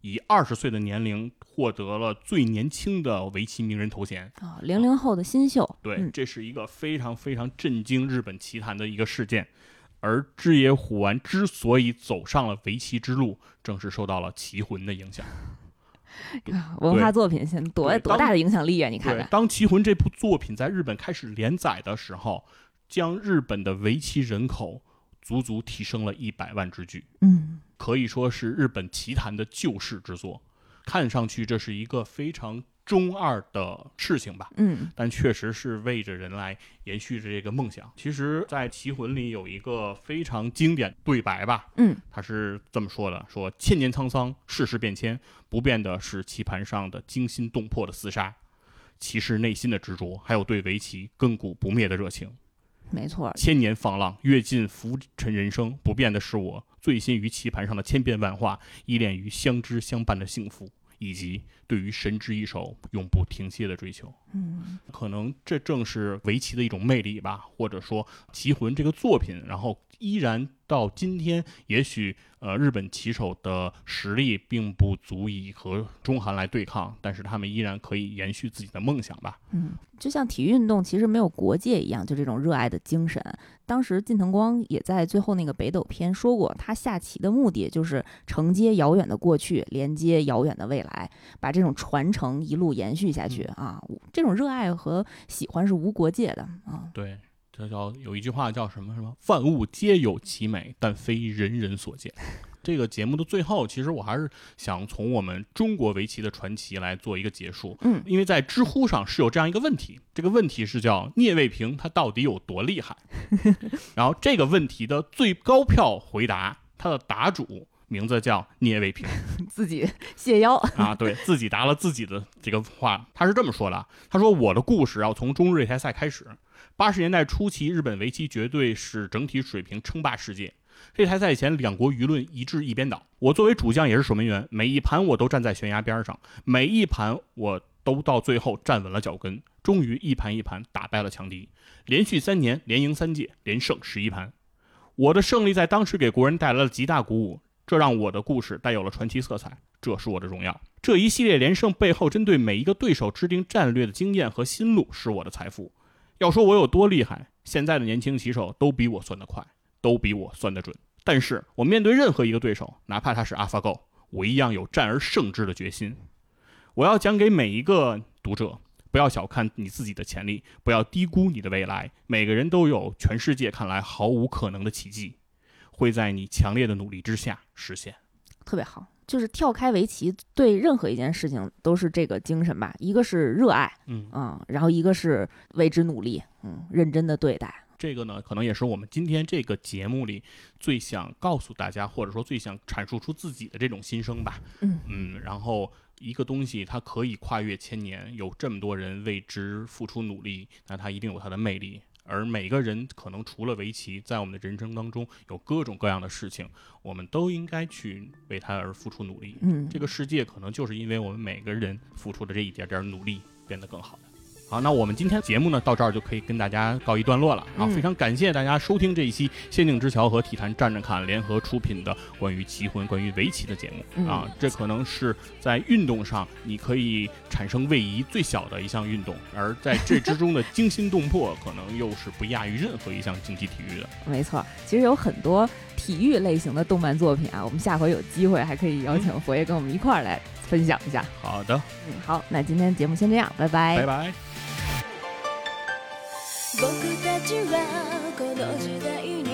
以20岁的年龄获得了最年轻的围棋名人头衔 00后的新秀。 对，这是一个非常非常震惊日本棋坛的一个事件。而枝野虎丸之所以走上了围棋之路，正是受到了棋魂的影响。 文化作品现在多大的影响力啊！你看看， 当棋魂这部作品在日本开始连载的时候，将日本的围棋人口足足提升了100万之巨。可以说是日本棋坛的救世之作。看上去这是一个非常中二的事情吧，但确实是为着人来延续着这个梦想。其实在棋魂里有一个非常经典对白吧，他是这么说的，说千年沧桑，世事变迁，不变的是棋盘上的惊心动魄的厮杀，棋士内心的执着，还有对围棋亘古不灭的热情。 没错， 千年放浪，阅尽浮沉人生，不变的是我醉心于棋盘上的千变万化，依恋于相知相伴的幸福，以及对于神之一手永不停歇的追求。可能这正是围棋的一种魅力吧，或者说棋魂这个作品，然后依然到今天，也许日本棋手的实力并不足以和中韩来对抗，但是他们依然可以延续自己的梦想吧。 就像体育运动其实没有国界一样，就这种热爱的精神。当时近藤光也在最后那个北斗篇说过，他下棋的目的就是承接遥远的过去，连接遥远的未来，把这种传承一路延续下去啊！这种热爱和喜欢是无国界的啊。 对，这叫有一句话叫什么万物皆有其美，但非人人所见。这个节目的最后，其实我还是想从我们中国围棋的传奇来做一个结束。因为在知乎上是有这样一个问题，这个问题是叫聂卫平他到底有多厉害？然后这个问题的最高票回答，他的答主名字叫聂卫平， 自己谢邀啊，对自己答了自己的这个话，他是这么说的：他说我的故事要从中日擂台赛开始。80年代初期，日本围棋绝对是整体水平称霸世界。这台赛前，两国舆论一致一边倒。我作为主将也是守门员，每一盘我都站在悬崖边上，每一盘我都到最后站稳了脚跟，终于一盘一盘打败了强敌，连续3年连赢3届，连胜11盘。我的胜利在当时给国人带来了极大鼓舞，这让我的故事带有了传奇色彩，这是我的荣耀。这一系列连胜背后针对每一个对手制定战略的经验和心路是我的财富。要说我有多厉害，现在的年轻棋手都比我算得快，都比我算得准。但是我面对任何一个对手，哪怕他是 AlphaGo， 我一样有战而胜之的决心。我要讲给每一个读者，不要小看你自己的潜力，不要低估你的未来。每个人都有全世界看来毫无可能的奇迹，会在你强烈的努力之下实现。 特别好，就是跳开围棋对任何一件事情都是这个精神吧，一个是热爱，然后一个是为之努力，认真的对待。 这个呢，可能也是我们今天这个节目里最想告诉大家，或者说最想阐述出自己的这种心声吧。然后一个东西它可以跨越千年，有这么多人为之付出努力，那它一定有它的魅力。而每个人可能除了围棋，在我们的人生当中有各种各样的事情，我们都应该去为它而付出努力。这个世界可能就是因为我们每个人付出的这一点点努力变得更好的。好，那我们今天节目呢到这儿就可以跟大家告一段落了。非常感谢大家收听这一期仙境之桥和体坛站着看联合出品的关于棋魂、关于围棋的节目。这可能是在运动上你可以产生位移最小的一项运动，而在这之中的惊心动魄，可能又是不亚于任何一项竞技体育的。 没错，其实有很多体育类型的动漫作品啊，我们下回有机会还可以邀请佛爷跟我们一块儿来分享一下。 好的， 好，那今天节目先这样，拜拜， 拜拜。 僕たちはこの時代に